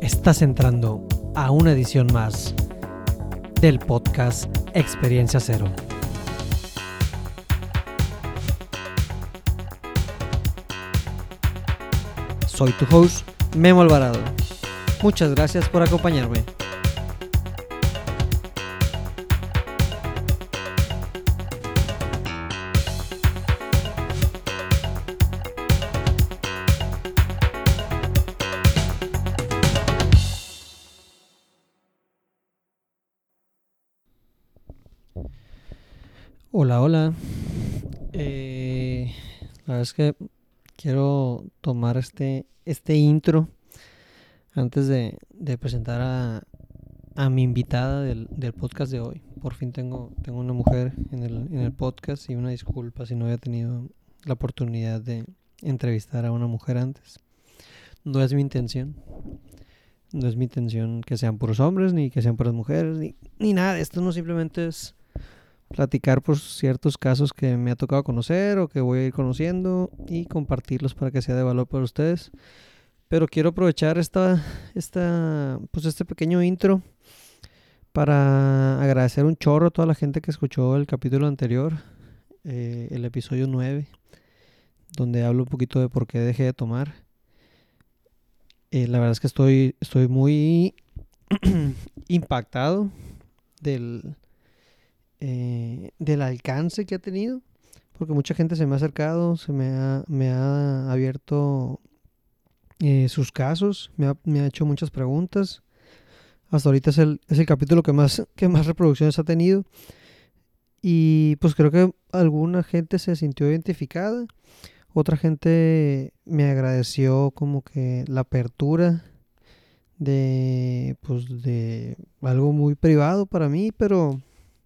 Estás entrando a una edición más del podcast Experiencia Cero. Soy tu host, Memo Alvarado. Muchas gracias por acompañarme. Hola. La verdad es que quiero tomar este intro antes de presentar a mi invitada del podcast de hoy. Por fin tengo una mujer en el podcast, y una disculpa si no había tenido la oportunidad de entrevistar a una mujer antes. No es mi intención. No es mi intención que sean puros hombres, ni que sean puras mujeres, ni nada de esto. No, simplemente es platicar por ciertos casos que me ha tocado conocer o que voy a ir conociendo y compartirlos para que sea de valor para ustedes. Pero quiero aprovechar este pequeño intro para agradecer un chorro a toda la gente que escuchó el capítulo anterior, el episodio 9, donde hablo un poquito de por qué dejé de tomar. La verdad es que estoy muy impactado del alcance que ha tenido, porque mucha gente se me ha acercado, me ha abierto sus casos, me ha hecho muchas preguntas. Hasta ahorita es el capítulo que más reproducciones ha tenido, y pues creo que alguna gente se sintió identificada, otra gente me agradeció como que la apertura de algo muy privado para mí, pero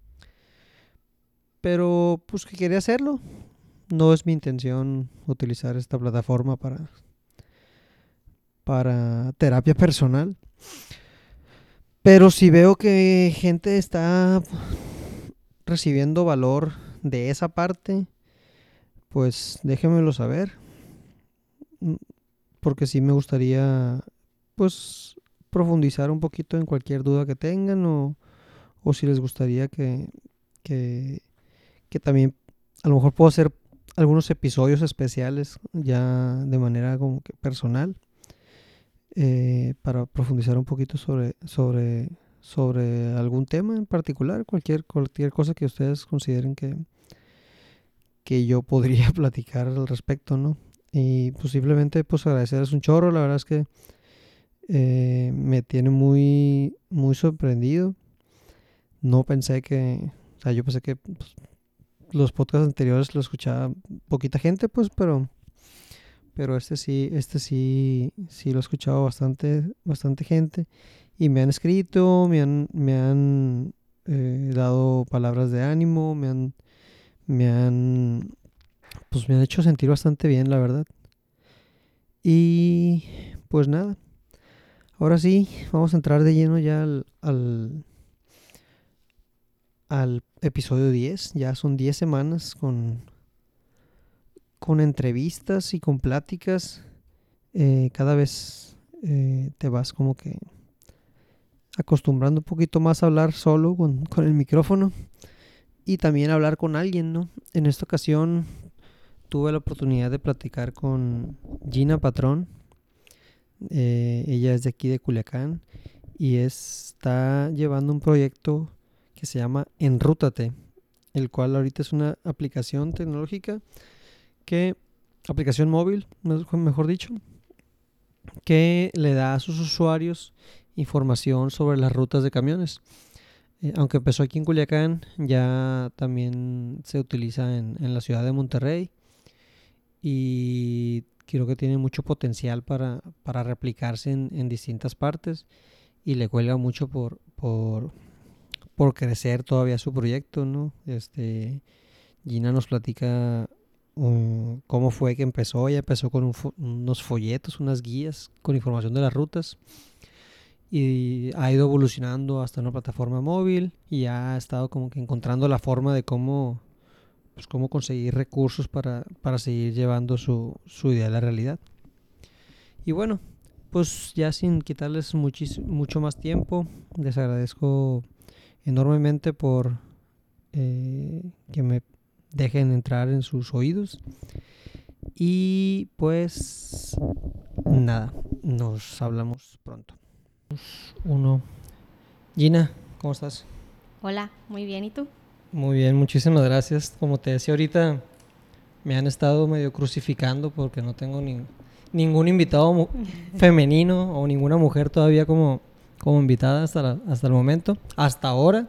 pues que quería hacerlo. No es mi intención utilizar esta plataforma para terapia personal, pero si veo que gente está recibiendo valor de esa parte, pues déjenmelo saber, porque sí me gustaría pues profundizar un poquito en cualquier duda que tengan, o si les gustaría que también a lo mejor puedo hacer algunos episodios especiales ya de manera como que personal, para profundizar un poquito sobre algún tema en particular, cualquier cosa que ustedes consideren que yo podría platicar al respecto, ¿no? Y posiblemente pues agradecerles un chorro. La verdad es que me tiene muy sorprendido. No pensé yo pensé que pues, los podcasts anteriores los escuchaba poquita gente, pues, pero este sí lo he escuchado bastante gente, y me han escrito, me han dado palabras de ánimo, me han hecho sentir bastante bien, la verdad. Y pues nada, ahora sí vamos a entrar de lleno ya al episodio 10. Ya son 10 semanas con entrevistas y con pláticas. Cada vez te vas como que acostumbrando un poquito más a hablar solo con el micrófono, y también hablar con alguien, ¿no? En esta ocasión tuve la oportunidad de platicar con Gina Patrón. Ella es de aquí de Culiacán y está llevando un proyecto que se llama Enrútate, el cual ahorita es una aplicación tecnológica, aplicación móvil, mejor dicho, que le da a sus usuarios información sobre las rutas de camiones. Aunque empezó aquí en Culiacán, ya también se utiliza en la ciudad de Monterrey, y creo que tiene mucho potencial para replicarse en distintas partes, y le cuelga mucho por crecer todavía su proyecto, ¿no? Gina nos platica cómo fue que empezó. Ella empezó con unos folletos, unas guías con información de las rutas, y ha ido evolucionando hasta una plataforma móvil, y ha estado como que encontrando la forma de cómo conseguir recursos para seguir llevando su idea a la realidad. Y bueno, pues ya sin quitarles mucho más tiempo, les agradezco enormemente por que me dejen entrar en sus oídos. Y pues nada, nos hablamos pronto. Uno. Gina, ¿cómo estás? Hola, muy bien, ¿y tú? Muy bien, muchísimas gracias. Como te decía ahorita, me han estado medio crucificando porque no tengo ningún invitado femenino o ninguna mujer todavía como invitada hasta el momento, hasta ahora.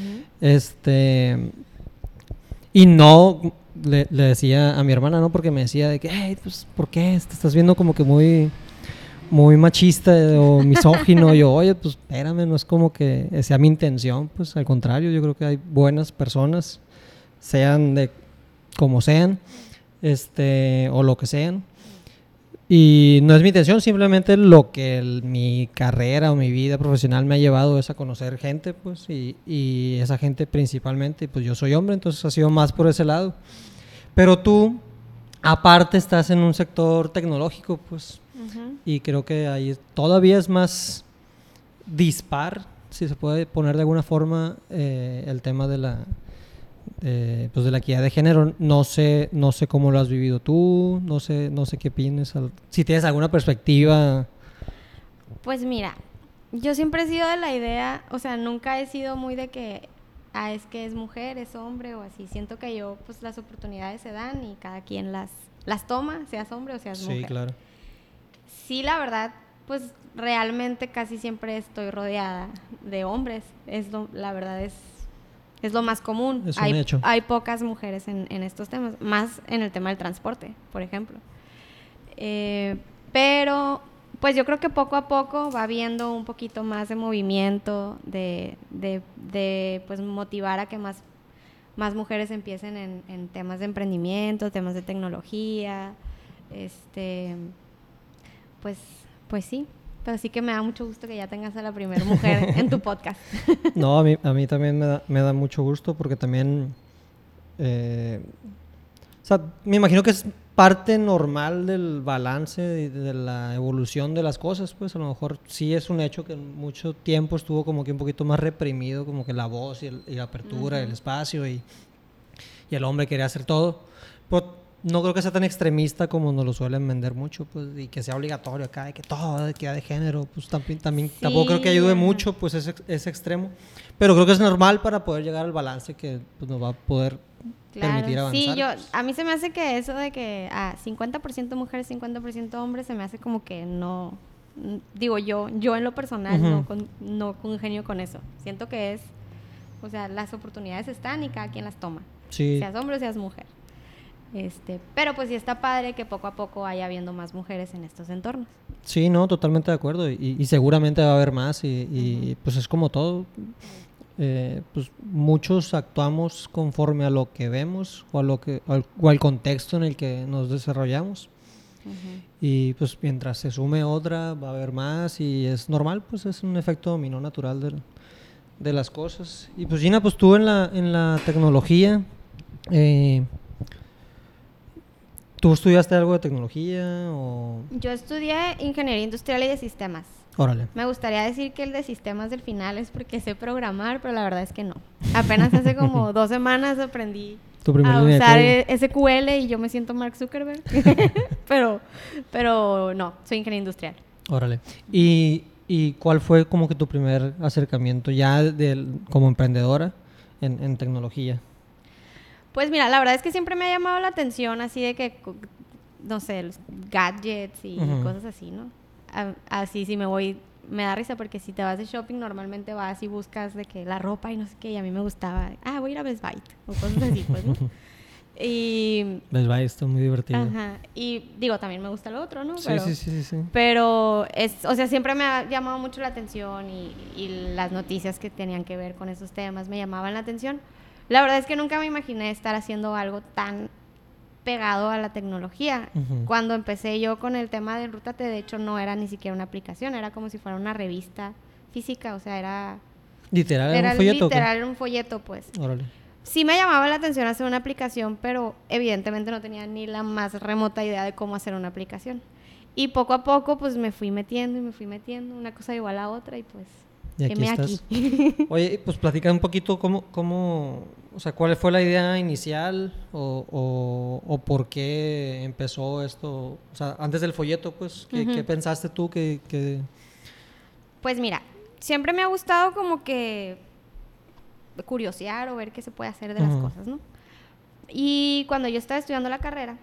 Y no le decía a mi hermana, ¿no? Porque me decía de que, hey, pues, ¿por qué? Te estás viendo como que muy machista o misógino. Yo, oye, pues espérame, no es como que sea mi intención, pues al contrario, yo creo que hay buenas personas, sean de como sean, o lo que sean. Y no es mi intención, simplemente lo que mi carrera o mi vida profesional me ha llevado es a conocer gente, pues, y esa gente principalmente, pues yo soy hombre, entonces ha sido más por ese lado. Pero tú, aparte, estás en un sector tecnológico, pues, y creo que ahí todavía es más dispar, si se puede poner de alguna forma, el tema de la equidad de género. No sé cómo lo has vivido tú, no sé qué opinas, si tienes alguna perspectiva. Pues mira, yo siempre he sido de la idea, o sea, nunca he sido muy de que, es que es mujer, es hombre o así. Siento que yo, pues las oportunidades se dan y cada quien las toma, seas hombre o seas mujer. Sí, claro. Sí, la verdad, pues realmente casi siempre estoy rodeada de hombres. La verdad es lo más común. Es un hecho. Hay pocas mujeres en estos temas, más en el tema del transporte, por ejemplo. Pero pues yo creo que poco a poco va habiendo un poquito más de movimiento, de pues motivar a que más mujeres empiecen en temas de emprendimiento, temas de tecnología, pues sí. Pero sí que me da mucho gusto que ya tengas a la primera mujer en tu podcast. No, a mí también me da mucho gusto porque también, o sea, me imagino que es parte normal del balance, de la evolución de las cosas, pues a lo mejor sí es un hecho que mucho tiempo estuvo como que un poquito más reprimido, como que la voz y la apertura, el espacio, y el hombre quería hacer todo. Pero no creo que sea tan extremista como nos lo suelen vender mucho, pues, y que sea obligatorio acá, de que todo queda de género, pues también sí, tampoco creo que ayude mucho, pues, ese extremo. Pero creo que es normal para poder llegar al balance que, pues, nos va a poder permitir avanzar. Sí, pues. A mí se me hace que eso de que 50% mujeres, 50% hombres, se me hace como que no, digo yo en lo personal no congenio con eso. Siento que o sea, las oportunidades están y cada quien las toma, sí, seas hombre o seas mujer. Pero pues sí está padre que poco a poco vaya habiendo más mujeres en estos entornos. Sí, no, totalmente de acuerdo, y seguramente va a haber más, y pues es como todo. Pues muchos actuamos conforme a lo que vemos o al contexto en el que nos desarrollamos. Y pues mientras se sume otra va a haber más, y es normal, pues es un efecto dominó natural de las cosas. Y pues Gina, pues tú en la tecnología, ¿tú estudiaste algo de tecnología o...? Yo estudié ingeniería industrial y de sistemas. Órale. Me gustaría decir que el de sistemas del final es porque sé programar, pero la verdad es que no. Apenas hace como 2 semanas aprendí a usar SQL y yo me siento Mark Zuckerberg. pero no, soy ingeniera industrial. Órale. ¿Y cuál fue como que tu primer acercamiento ya como emprendedora en tecnología? Pues mira, la verdad es que siempre me ha llamado la atención así de que, no sé, los gadgets y cosas así, ¿no? Así si me voy, me da risa porque si te vas de shopping normalmente vas y buscas de que la ropa y no sé qué, y a mí me gustaba, voy a ir a Best Buy o cosas así, pues, ¿no? Y Best Buy está muy divertido. Ajá, y digo, también me gusta lo otro, ¿no? Sí. Pero o sea, siempre me ha llamado mucho la atención y las noticias que tenían que ver con esos temas me llamaban la atención. La verdad es que nunca me imaginé estar haciendo algo tan pegado a la tecnología. Cuando empecé yo con el tema de Enrútate, de hecho no era ni siquiera una aplicación, era como si fuera una revista física, o sea, era literal un folleto. Literal un folleto, pues. Órale. Sí me llamaba la atención hacer una aplicación, pero evidentemente no tenía ni la más remota idea de cómo hacer una aplicación. Y poco a poco, pues me fui metiendo y me fui metiendo, una cosa igual a otra y pues, Y aquí heme estás. aquí. Oye, pues platica un poquito o sea, cuál fue la idea inicial o por qué empezó esto. O sea, antes del folleto, pues, ¿qué pensaste tú que... Pues mira, siempre me ha gustado como que curiosear o ver qué se puede hacer de las cosas, ¿no? Y cuando yo estaba estudiando la carrera,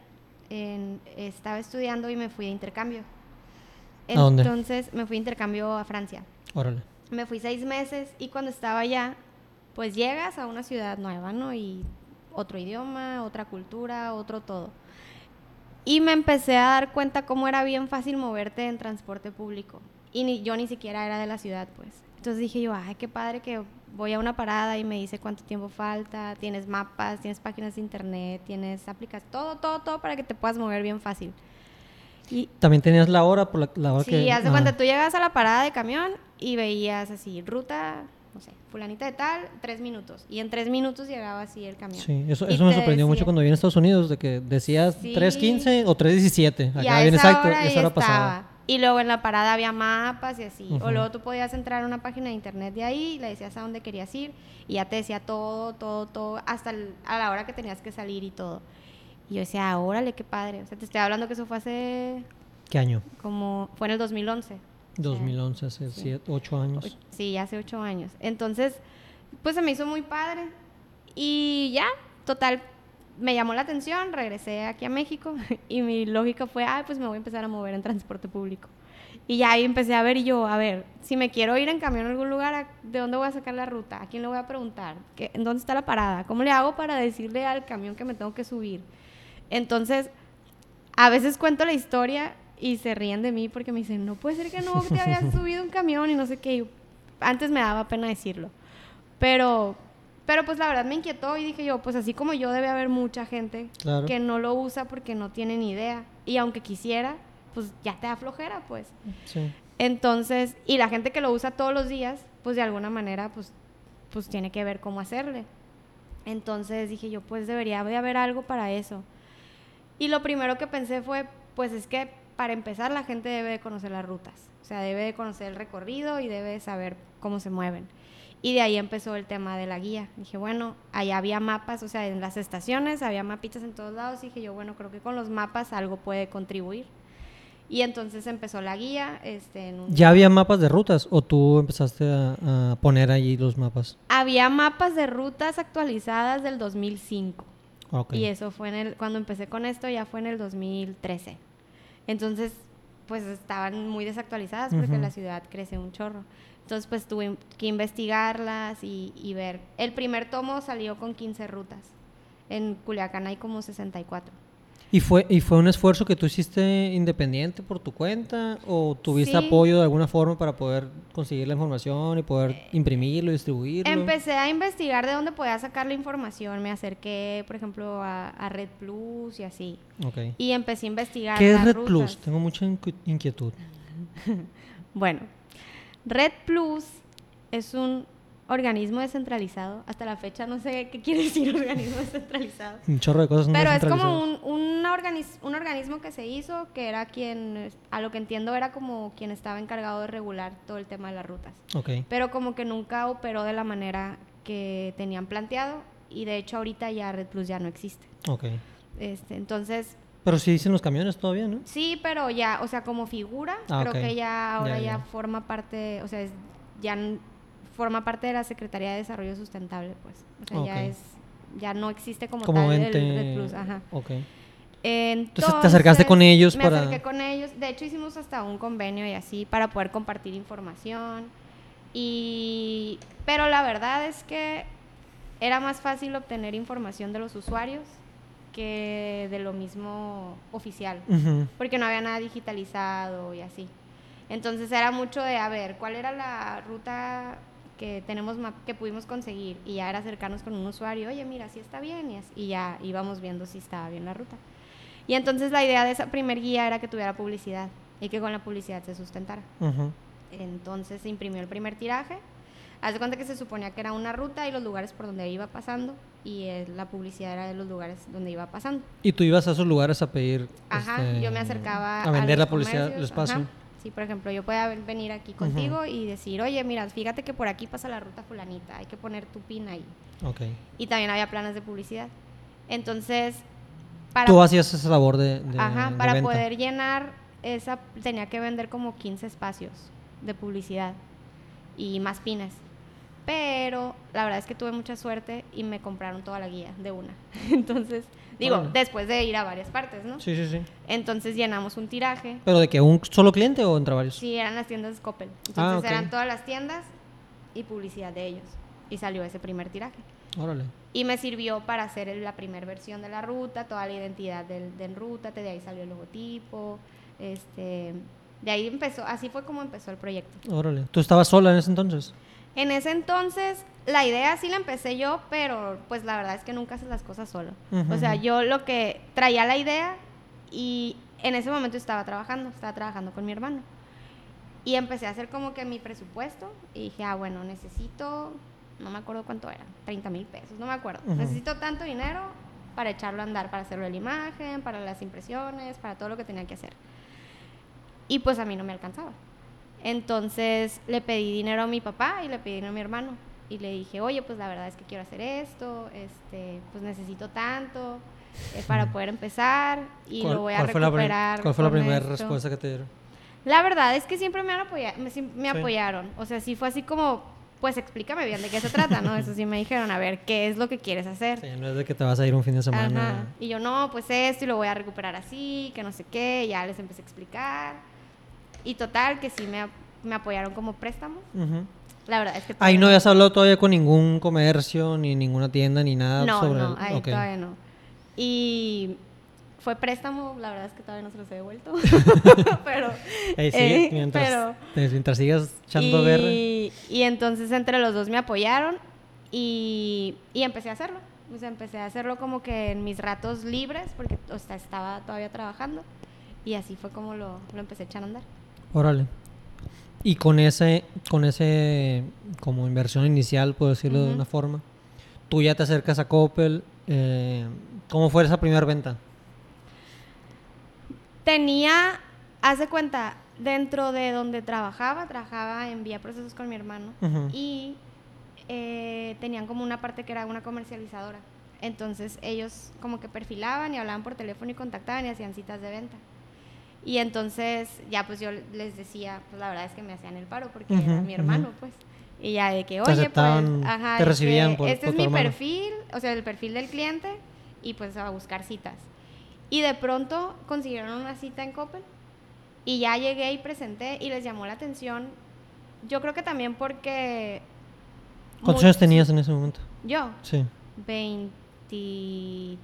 estaba estudiando y me fui de intercambio. ¿A dónde? Entonces me fui de intercambio a Francia. Órale. Me fui 6 meses y cuando estaba allá, pues llegas a una ciudad nueva, ¿no? Y otro idioma, otra cultura, otro todo. Y me empecé a dar cuenta cómo era bien fácil moverte en transporte público. Y yo ni siquiera era de la ciudad, pues. Entonces dije yo, ay, qué padre que voy a una parada y me dice cuánto tiempo falta, tienes mapas, tienes páginas de internet, tienes aplicaciones, todo para que te puedas mover bien fácil. Y También tenías la hora, por la hora que... sí, haz de cuenta, tú llegabas a la parada de camión y veías así, ruta, no sé, fulanita de tal, 3 minutos. Y en 3 minutos llegaba así el camión. Sí, eso Y me te sorprendió mucho decía, cuando vi en Estados Unidos, de que decías sí, 3:15 o 3:17. y Acá a bien esa exacto, hora esa ya hora pasaba. estaba. Y luego en la parada había mapas y así. O Ujú. luego tú podías entrar a una página de internet de ahí, le decías a dónde querías ir y ya te decía todo, hasta a la hora que tenías que salir y todo. Y yo decía, órale, qué padre. O sea, te estoy hablando que eso fue hace ¿Qué año? fue en el 2011. 2011, hace Sí. 8 años. Sí, hace 8 años. Entonces, pues se me hizo muy padre. Y ya, total, me llamó la atención, regresé aquí a México y mi lógica fue, ay, pues me voy a empezar a mover en transporte público. Y ya ahí empecé a ver y yo, a ver, si me quiero ir en camión a algún lugar, ¿de dónde voy a sacar la ruta? ¿A quién le voy a preguntar? ¿En dónde está la parada? ¿Cómo le hago para decirle al camión que me tengo que subir? Entonces, a veces cuento la historia y se ríen de mí porque me dicen, no puede ser que no te habías subido un camión y no sé qué. Antes me daba pena decirlo. Pero pues la verdad me inquietó y dije yo, pues así como yo debe haber mucha gente Claro. que no lo usa porque no tiene ni idea. Y aunque quisiera, pues ya te da flojera, pues. Sí. Entonces, y la gente que lo usa todos los días, pues de alguna manera, pues tiene que ver cómo hacerle. Entonces dije yo, pues debería de haber algo para eso. Y lo primero que pensé fue, pues es que para empezar la gente debe de conocer las rutas, o sea, debe de conocer el recorrido y debe de saber cómo se mueven. Y de ahí empezó el tema de la guía. Dije, bueno, allá había mapas, o sea, en las estaciones había mapitas en todos lados. Y dije yo, bueno, creo que con los mapas algo puede contribuir. Y entonces empezó la guía. ¿Ya había mapas de rutas o tú empezaste a poner ahí los mapas? Había mapas de rutas actualizadas del 2005. Okay. Y eso fue cuando empecé con esto, ya fue en el 2013. Entonces, pues estaban muy desactualizadas porque la ciudad crece un chorro. Entonces, pues tuve que investigarlas y ver. El primer tomo salió con 15 rutas. En Culiacán hay como 64. ¿Y fue un esfuerzo que tú hiciste independiente por tu cuenta o tuviste Sí. apoyo de alguna forma para poder conseguir la información y poder imprimirlo y distribuirlo? Empecé a investigar de dónde podía sacar la información. Me acerqué, por ejemplo, a Red Plus y así. Okay. Y empecé a investigar ¿Qué es las Red rutas. Plus? Tengo mucha inquietud. Bueno, Red Plus es un organismo descentralizado. Hasta la fecha no sé qué quiere decir organismo descentralizado. Un chorro de cosas no Pero es como centralizadas. un organismo que se hizo, que era a lo que entiendo, era como quien estaba encargado de regular todo el tema de las rutas. Okay. Pero como que nunca operó de la manera que tenían planteado y de hecho ahorita ya Red Plus ya no existe. Okay. Entonces... Pero sí dicen los camiones todavía, ¿no? Sí, pero ya, o sea, como figura, creo okay. que ya ahora ya. forma parte, o sea, forma parte de la Secretaría de Desarrollo Sustentable, pues. O sea, ya no existe como tal ente... el Red Plus, ajá. Okay. Entonces te acercaste con ellos me acerqué con ellos, de hecho hicimos hasta un convenio y así para poder compartir información pero la verdad es que era más fácil obtener información de los usuarios que de lo mismo oficial, porque no había nada digitalizado y así. Entonces era mucho de, a ver, ¿cuál era la ruta que pudimos conseguir? Y ya era acercarnos con un usuario, oye, mira, sí está bien, y ya íbamos viendo si estaba bien la ruta. Y entonces la idea de esa primer guía era que tuviera publicidad y que con la publicidad se sustentara. Entonces se imprimió el primer tiraje. Haz de cuenta que se suponía que era una ruta y los lugares por donde iba pasando, y la publicidad era de los lugares donde iba pasando. ¿Y tú ibas a esos lugares a pedir? Ajá, yo me acercaba a vender los la publicidad, el comercios, espacio. ajá. Sí, por ejemplo, yo podía venir aquí contigo y decir, oye, mira, fíjate que por aquí pasa la ruta fulanita, hay que poner tu pin ahí. Okay. Y también había planes de publicidad. Entonces, tú hacías esa labor de para venta. poder llenar esa, tenía que vender como 15 espacios de publicidad y más pines. Pero la verdad es que tuve mucha suerte y me compraron toda la guía de una. Entonces, digo, después de ir a varias partes, ¿no? Sí, sí, sí. Entonces llenamos un tiraje. ¿Pero de que un solo cliente o entre varios? Sí, eran las tiendas de Coppel. Entonces eran todas las tiendas y publicidad de ellos. Y salió ese primer tiraje. Órale. Y me sirvió para hacer la primera versión de la ruta, toda la identidad de Enrútate, de ahí salió el logotipo, de ahí empezó, así fue como empezó el proyecto. Órale. ¿Tú estabas sola en ese entonces? En ese entonces, la idea sí la empecé yo, pero pues la verdad es que nunca haces las cosas solo. O sea, yo lo que traía la idea y en ese momento estaba trabajando con mi hermano. Y empecé a hacer como que mi presupuesto y dije, bueno, necesito, no me acuerdo cuánto era, 30,000 pesos, no me acuerdo. Necesito tanto dinero para echarlo a andar, para hacerlo de la imagen, para las impresiones, para todo lo que tenía que hacer. Y pues a mí no me alcanzaba. Entonces le pedí dinero a mi papá y le pedí dinero a mi hermano. Y le dije, oye, pues la verdad es que quiero hacer esto, pues necesito tanto para poder empezar y lo voy a recuperar. ¿Cuál fue la primera respuesta que te dieron? La verdad es que siempre me apoyaron. O sea, sí fue así como, pues explícame bien de qué se trata, ¿no? Eso sí me dijeron, a ver, ¿qué es lo que quieres hacer? Sí, no es de que te vas a ir un fin de semana. Ajá. Y yo, no, pues esto y lo voy a recuperar así, que no sé qué. Ya les empecé a explicar. Y total, que sí me apoyaron como préstamo. La verdad es que... Ahí no habías hablado todavía con ningún comercio, ni ninguna tienda, ni nada No, ahí todavía no. Y fue préstamo, la verdad es que todavía no se los he devuelto. Pero... sí, mientras sigas echando guerra. Y entonces entre los dos me apoyaron y empecé a hacerlo. O sea, empecé a hacerlo como que en mis ratos libres, porque estaba todavía trabajando. Y así fue como lo empecé a echar a andar. Órale. Y con ese como inversión inicial, puedo decirlo de una forma, tú ya te acercas a Coppel. ¿Cómo fue esa primera venta? haz de cuenta, dentro de donde trabajaba en Vía Procesos con mi hermano. Y tenían como una parte que era una comercializadora. Entonces ellos como que perfilaban y hablaban por teléfono y contactaban y hacían citas de venta. Y entonces ya pues yo les decía, pues la verdad es que me hacían el paro porque era mi hermano, pues. Y ya de que, oye, pues, te recibían este es mi hermano. perfil, o sea, el perfil del cliente, y pues a buscar citas. Y de pronto consiguieron una cita en Coppel y ya llegué y presenté y les llamó la atención. Yo creo que también porque... ¿Cuántos años tenías en ese momento? ¿Yo? Sí. 23,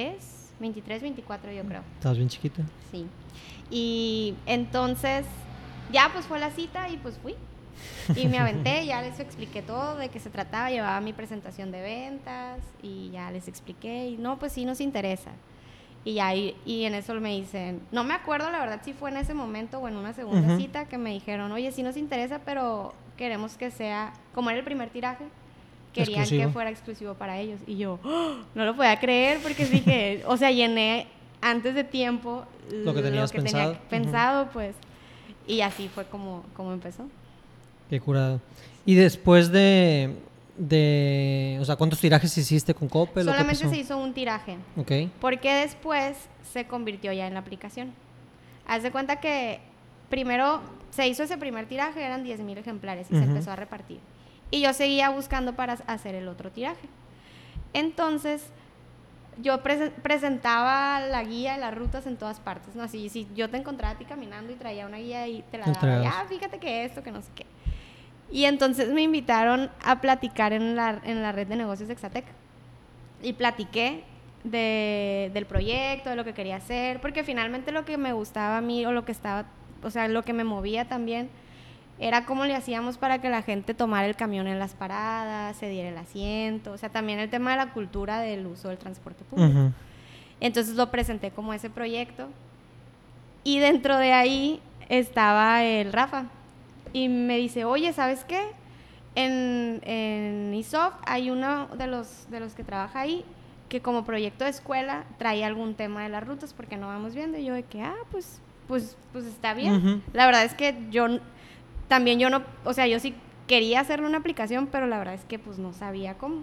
24 yo creo. ¿Estabas bien chiquita? Sí. Y entonces ya pues fue la cita y pues fui. Y me aventé, ya les expliqué todo de qué se trataba, llevaba mi presentación de ventas y ya les expliqué y no, pues sí nos interesa. Y ya y en eso me dicen, no me acuerdo la verdad si fue en ese momento o en una segunda cita que me dijeron, oye, sí nos interesa, pero queremos que sea, como era el primer tiraje, querían que fuera exclusivo para ellos. Y yo, no lo podía creer porque dije, o sea, llené antes de tiempo lo que tenía pensado, pues. Y así fue como empezó. Qué curado. Y después de o sea, ¿cuántos tirajes hiciste con Coppel? Solamente se hizo un tiraje. Okay. Porque después se convirtió ya en la aplicación. Haz de cuenta que primero se hizo ese primer tiraje, eran 10,000 ejemplares y se empezó a repartir. Y yo seguía buscando para hacer el otro tiraje. Entonces, yo presentaba la guía de las rutas en todas partes, ¿no? Así, si yo te encontraba a ti caminando y traía una guía y te la daba, ya, fíjate que esto, que no sé qué. Y entonces me invitaron a platicar en la red de negocios de Exatec. Y platiqué del proyecto, de lo que quería hacer, porque finalmente lo que me gustaba a mí, o lo que me movía también, era cómo le hacíamos para que la gente tomara el camión en las paradas, se diera el asiento, o sea, también el tema de la cultura del uso del transporte público. Entonces lo presenté como ese proyecto y dentro de ahí estaba el Rafa y me dice, oye, ¿sabes qué? en ISOF hay uno de los que trabaja ahí que como proyecto de escuela trae algún tema de las rutas porque no vamos viendo, y yo de que, pues está bien. Uh-huh. La verdad es que yo no, o sea, yo sí quería hacerle una aplicación, pero la verdad es que pues no sabía cómo.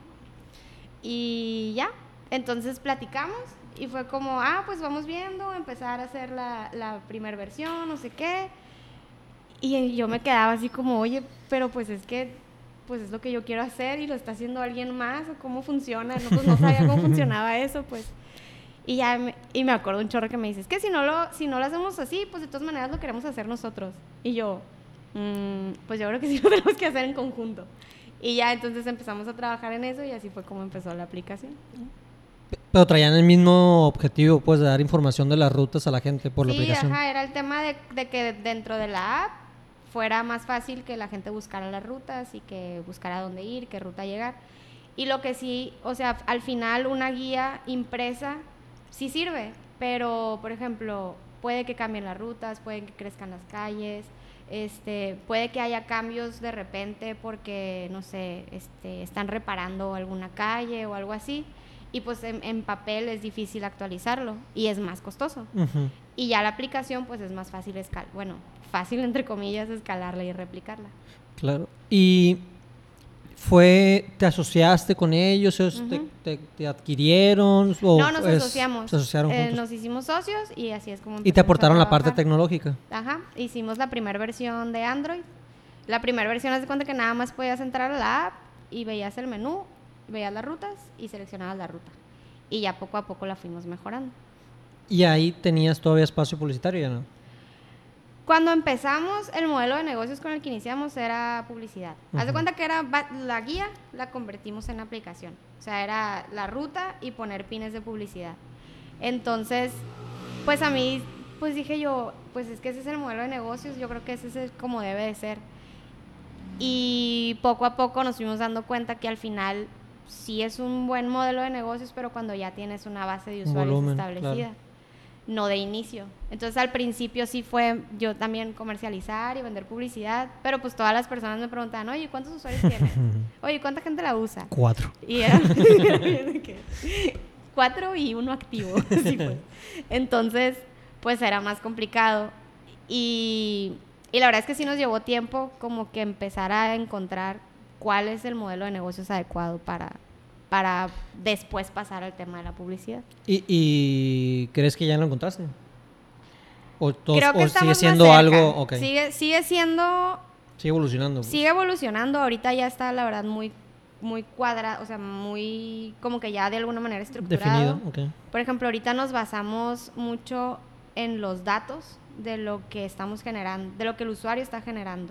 Y ya, entonces platicamos y fue como, pues vamos viendo, empezar a hacer la primera versión, no sé qué. Y yo me quedaba así como, oye, pero pues es que pues es lo que yo quiero hacer y lo está haciendo alguien más, o cómo funciona, no, pues no sabía cómo funcionaba eso, pues. Y ya me acuerdo un chorro que me dice, es que si no lo hacemos así, pues de todas maneras lo queremos hacer nosotros. Y yo, pues yo creo que sí lo tenemos que hacer en conjunto. Y ya entonces empezamos a trabajar en eso y así fue como empezó la aplicación. Pero traían el mismo objetivo, pues, de dar información de las rutas a la gente por la aplicación. Sí, era el tema de que dentro de la app fuera más fácil que la gente buscara las rutas y que buscara dónde ir, qué ruta llegar. Y lo que sí, o sea, al final una guía impresa sí sirve, pero, por ejemplo, puede que cambien las rutas, puede que crezcan las calles, puede que haya cambios de repente porque, no sé, están reparando alguna calle o algo así, y pues en papel es difícil actualizarlo y es más costoso. Uh-huh. Y ya la aplicación pues es más fácil fácil entre comillas escalarla y replicarla. Claro. Y ¿te asociaste con ellos? Uh-huh. ¿Te adquirieron? ¿O no, nos asociamos. Se asociaron juntos. Nos hicimos socios y así es como ¿Y te aportaron la parte tecnológica? Ajá, hicimos la primera versión de Android. La primera versión, haz de cuenta que nada más podías entrar a la app y veías el menú, veías las rutas y seleccionabas la ruta. Y ya poco a poco la fuimos mejorando. ¿Y ahí tenías todavía espacio publicitario ya no? Cuando empezamos, el modelo de negocios con el que iniciamos era publicidad. Uh-huh. Haz de cuenta que era la guía, la convertimos en aplicación. O sea, era la ruta y poner pines de publicidad. Entonces, pues a mí, pues dije yo, pues es que ese es el modelo de negocios, yo creo que ese es como debe de ser. Y poco a poco nos fuimos dando cuenta que al final sí es un buen modelo de negocios, pero cuando ya tienes una base de usuarios establecida. Claro. No de inicio. Entonces al principio sí fue yo también comercializar y vender publicidad, pero pues todas las personas me preguntaban, oye, ¿cuántos usuarios tienes? Oye, ¿cuánta gente la usa? 4. Y era 4 y 1 activo. Así pues. Entonces, pues era más complicado. Y la verdad es que sí nos llevó tiempo como que empezar a encontrar cuál es el modelo de negocios adecuado para después pasar al tema de la publicidad. ¿Y crees que ya lo encontraste? Creo que ¿O sigue siendo algo? Okay. Sigue siendo... Sigue evolucionando. Pues. Sigue evolucionando. Ahorita ya está, la verdad, muy cuadrado, o sea, muy como que ya de alguna manera estructurado. Definido, okay. Por ejemplo, ahorita nos basamos mucho en los datos de lo que estamos generando, de lo que el usuario está generando.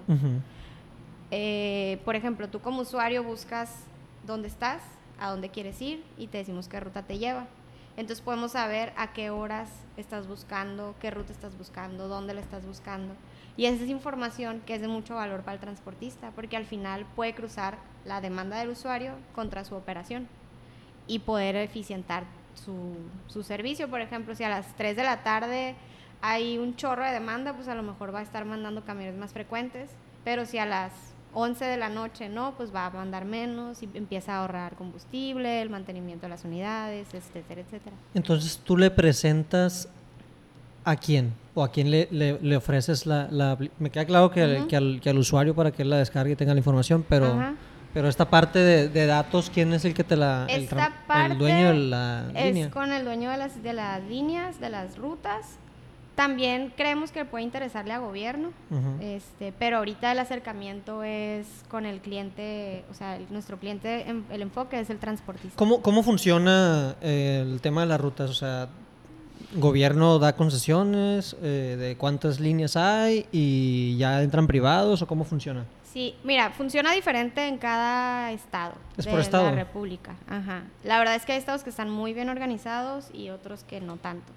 Uh-huh. Por ejemplo, tú como usuario buscas dónde estás, a dónde quieres ir y te decimos qué ruta te lleva. Entonces podemos saber a qué horas estás buscando, qué ruta estás buscando, dónde la estás buscando. Y esa es información que es de mucho valor para el transportista, porque al final puede cruzar la demanda del usuario contra su operación y poder eficientar su servicio. Por ejemplo, si a las 3 de la tarde hay un chorro de demanda, pues a lo mejor va a estar mandando camiones más frecuentes, pero si a las 11 de la noche, ¿no? Pues va a mandar menos y empieza a ahorrar combustible, el mantenimiento de las unidades, etcétera, etcétera. Entonces, ¿tú le presentas a quién? ¿O a quién le ofreces me queda claro que, uh-huh. que al usuario para que él la descargue y tenga la información, pero, uh-huh. pero esta parte de datos, ¿quién es el que te la... el dueño de la línea? Es con el dueño de las líneas, de las rutas. También creemos que puede interesarle a gobierno, uh-huh. Pero ahorita el acercamiento es con el cliente, o sea, nuestro cliente, el enfoque es el transportista. ¿Cómo funciona el tema de las rutas? O sea, ¿gobierno da concesiones de cuántas líneas hay y ya entran privados o cómo funciona? Sí, mira, funciona diferente en cada estado de la República. Ajá. La verdad es que hay estados que están muy bien organizados y otros que no tanto.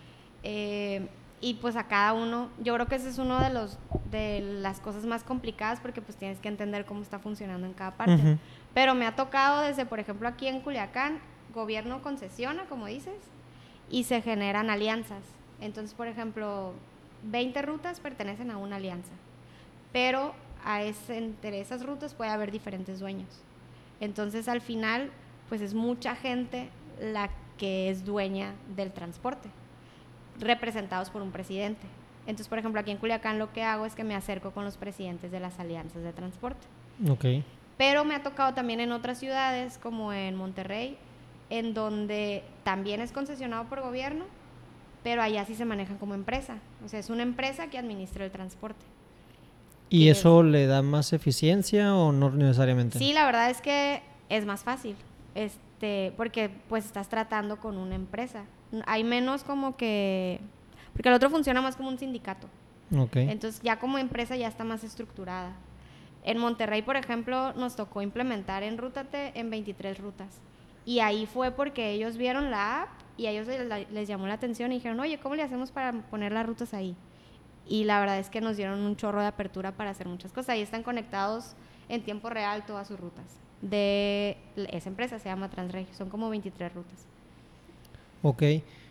Y pues a cada uno, yo creo que ese es uno de las cosas más complicadas porque pues tienes que entender cómo está funcionando en cada parte. Uh-huh. Pero me ha tocado desde, por ejemplo, aquí en Culiacán, gobierno concesiona, como dices, y se generan alianzas. Entonces, por ejemplo, 20 rutas pertenecen a una alianza, pero entre esas rutas puede haber diferentes dueños. Entonces, al final, pues es mucha gente la que es dueña del transporte, representados por un presidente. Entonces, por ejemplo, aquí en Culiacán lo que hago es que me acerco con los presidentes de las alianzas de transporte. Ok. Pero me ha tocado también en otras ciudades, como en Monterrey, en donde también es concesionado por gobierno, pero allá sí se manejan como empresa. O sea, es una empresa que administra el transporte. ¿Y eso le da más eficiencia o no necesariamente? Sí, la verdad es que es más fácil, porque pues estás tratando con una empresa. Hay menos como que... Porque el otro funciona más como un sindicato. Okay. Entonces ya como empresa ya está más estructurada. En Monterrey, por ejemplo, nos tocó implementar en Rútate en 23 rutas. Y ahí fue porque ellos vieron la app y a ellos les llamó la atención y dijeron, oye, ¿cómo le hacemos para poner las rutas ahí? Y la verdad es que nos dieron un chorro de apertura para hacer muchas cosas. Ahí están conectados en tiempo real todas sus rutas. De esa empresa se llama Transregio, son como 23 rutas. Ok.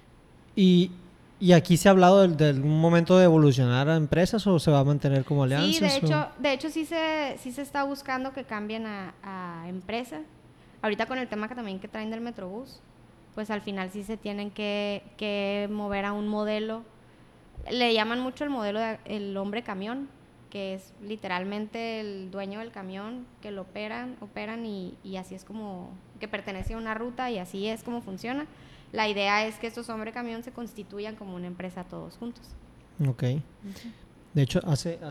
¿Y aquí se ha hablado de algún momento de evolucionar a empresas o se va a mantener como alianzas? Sí, de hecho sí se está buscando que cambien a empresa. Ahorita con el tema también que traen del Metrobús, pues al final sí se tienen que mover a un modelo. Le llaman mucho el modelo del hombre camión, que es literalmente el dueño del camión que lo operan y así es como que pertenece a una ruta y así es como funciona. La idea es que estos hombre camión se constituyan como una empresa todos juntos. Ok. De hecho,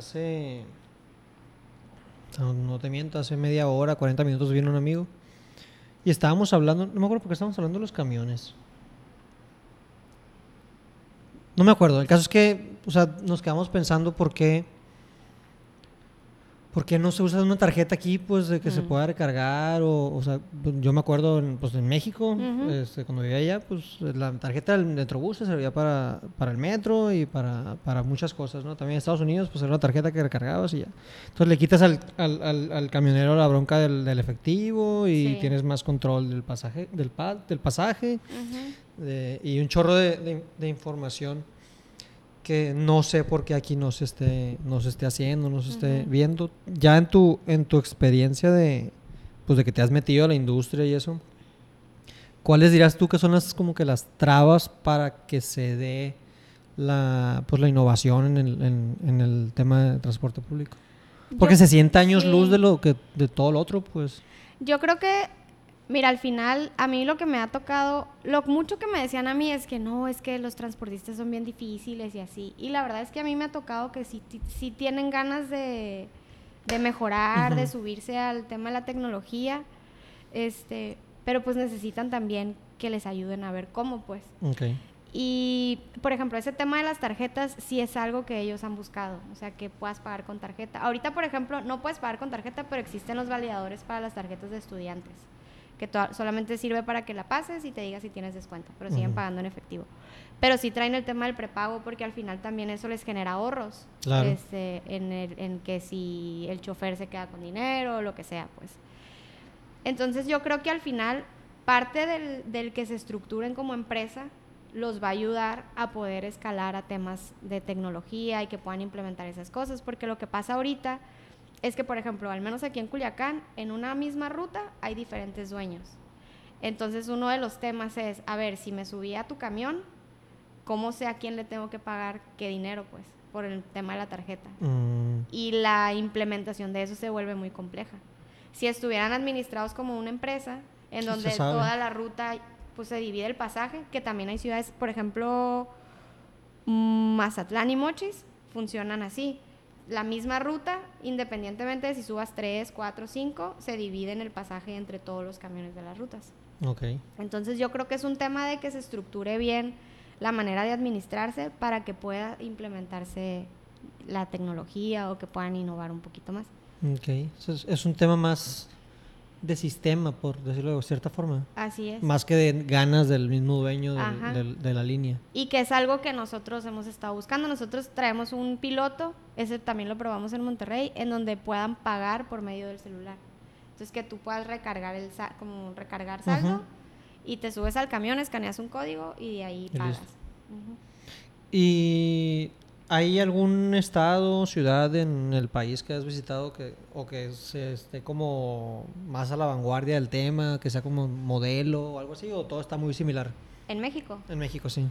no te miento, hace media hora, 40 minutos vino un amigo y estábamos hablando, no me acuerdo por qué estábamos hablando de los camiones. No me acuerdo, el caso es que, o sea, nos quedamos pensando por qué no se usa una tarjeta aquí, pues, de que se pueda recargar? O sea, yo me acuerdo en México, cuando vivía allá, pues, la tarjeta del Metrobús se servía para el metro y para muchas cosas, ¿no? También en Estados Unidos, pues, era una tarjeta que recargabas y ya. Entonces, le quitas al camionero la bronca del efectivo y tienes más control del pasaje, del pasaje y un chorro de información que no sé por qué aquí no se esté haciendo, no se esté viendo. Ya en tu experiencia de que te has metido a la industria y eso, ¿cuáles dirás tú que son las trabas para que se dé la innovación en el tema de transporte público? Porque se siente años luz de todo lo otro, pues. Yo creo que, mira, al final, a mí lo que me ha tocado, lo mucho que me decían a mí es que no, es que los transportistas son bien difíciles y así. Y la verdad es que a mí me ha tocado que sí tienen ganas de mejorar, de subirse al tema de la tecnología, pero pues necesitan también que les ayuden a ver cómo, pues. Okay. Y, por ejemplo, ese tema de las tarjetas sí es algo que ellos han buscado, o sea, que puedas pagar con tarjeta. Ahorita, por ejemplo, no puedes pagar con tarjeta, pero existen los validadores para las tarjetas de estudiantes, que solamente sirve para que la pases y te diga si tienes descuento, pero siguen pagando en efectivo. Pero sí traen el tema del prepago porque al final también eso les genera ahorros. Claro. En que si el chofer se queda con dinero o lo que sea, pues. Entonces yo creo que al final parte del que se estructuren como empresa los va a ayudar a poder escalar a temas de tecnología y que puedan implementar esas cosas, porque lo que pasa ahorita es que, por ejemplo, al menos aquí en Culiacán, en una misma ruta hay diferentes dueños. Entonces uno de los temas es, a ver, si me subí a tu camión, ¿cómo sé a quién le tengo que pagar qué dinero, pues? Por el tema de la tarjeta. Y la implementación de eso se vuelve muy compleja. Si estuvieran administrados como una empresa, en donde toda la ruta pues se divide el pasaje, que también hay ciudades, por ejemplo, Mazatlán y Mochis, funcionan así. La misma ruta, independientemente de si subas 3, 4, 5, se divide en el pasaje entre todos los camiones de las rutas. Okay. Entonces yo creo que es un tema de que se estructure bien la manera de administrarse para que pueda implementarse la tecnología o que puedan innovar un poquito más. Okay. Es un tema más de sistema, por decirlo de cierta forma. Así es. Más que de ganas del mismo dueño de la línea. Y que es algo que nosotros hemos estado buscando. Nosotros traemos un piloto, ese también lo probamos en Monterrey, en donde puedan pagar por medio del celular. Entonces que tú puedas recargar recargar saldo y te subes al camión, escaneas un código y de ahí pagas. Y ¿Hay algún estado, ciudad en el país que has visitado o que se esté como más a la vanguardia del tema, que sea como modelo o algo así, o todo está muy similar? En México. En México, sí.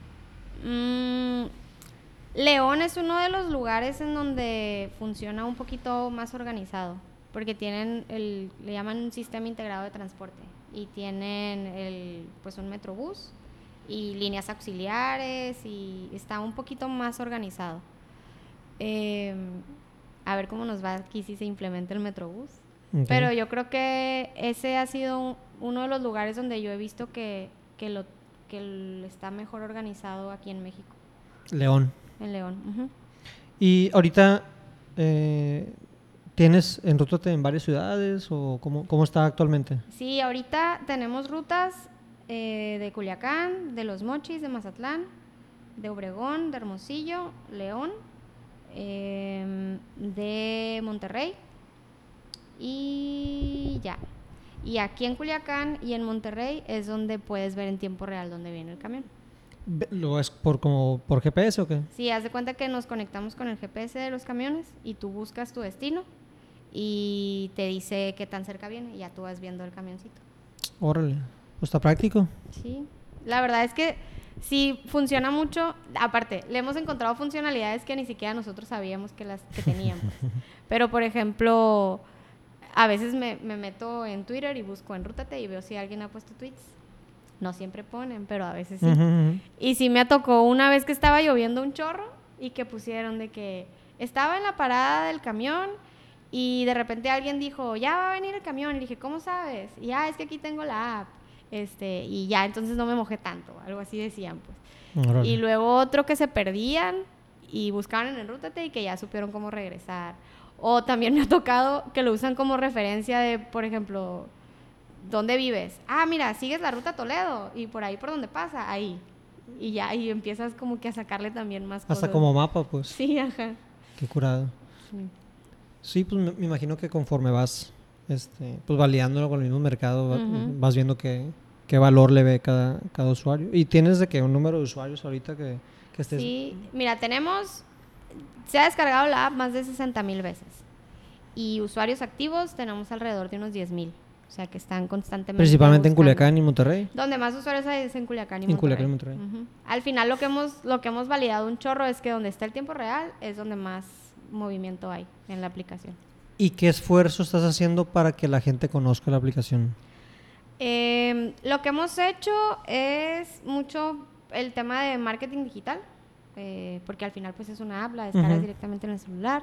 León es uno de los lugares en donde funciona un poquito más organizado, porque tienen le llaman un sistema integrado de transporte y tienen pues un metrobús y líneas auxiliares y está un poquito más organizado. A ver cómo nos va aquí si se implementa el metrobús. Okay. Pero yo creo que ese ha sido uno de los lugares donde yo he visto que está mejor organizado aquí en México. León. En León. Uh-huh. Y ahorita ¿tienes en Rútate en varias ciudades o cómo está actualmente? Sí, ahorita tenemos rutas de Culiacán, de Los Mochis, de Mazatlán, de Obregón, de Hermosillo, León, de Monterrey y ya. Y aquí en Culiacán y en Monterrey es donde puedes ver en tiempo real dónde viene el camión. ¿Lo es por GPS o qué? Sí, haz de cuenta que nos conectamos con el GPS de los camiones y tú buscas tu destino y te dice qué tan cerca viene y ya tú vas viendo el camioncito. Órale, pues está práctico. Sí, la verdad es que sí funciona mucho. Aparte, le hemos encontrado funcionalidades que ni siquiera nosotros sabíamos que teníamos. Pero, por ejemplo, a veces me meto en Twitter y busco en Rútate y veo si alguien ha puesto tweets. No siempre ponen, pero a veces sí. Uh-huh. Y sí me tocó una vez que estaba lloviendo un chorro y que pusieron de que estaba en la parada del camión y de repente alguien dijo, ya va a venir el camión. Y dije, ¿cómo sabes? Y es que aquí tengo la app. Y ya, entonces no me mojé tanto. Algo así decían, pues. Orale. Y luego otro que se perdían y buscaban en el Rútate y que ya supieron cómo regresar. O también me ha tocado que lo usan como referencia de, por ejemplo, ¿dónde vives? Mira, sigues la ruta Toledo y por ahí por donde pasa, ahí. Y ya, y empiezas como que a sacarle también más cosas. Hasta como mapa, pues. Sí, ajá. Qué curado. Sí, pues me imagino que conforme vas pues validándolo con el mismo mercado, uh-huh, vas viendo qué valor le ve cada usuario. ¿Y tienes de qué un número de usuarios ahorita que estés? Sí, mira, se ha descargado la app más de 60,000 veces. Y usuarios activos tenemos alrededor de unos 10,000. O sea, que están constantemente ¿Principalmente buscando. En Culiacán y Monterrey? Donde más usuarios hay es en Culiacán y Monterrey. En Culiacán y Monterrey. Uh-huh. Al final lo que hemos validado un chorro es que donde está el tiempo real es donde más movimiento hay en la aplicación. ¿Y qué esfuerzo estás haciendo para que la gente conozca la aplicación? Lo que hemos hecho es mucho el tema de marketing digital, porque al final pues es una app, la descargas uh-huh, directamente en el celular.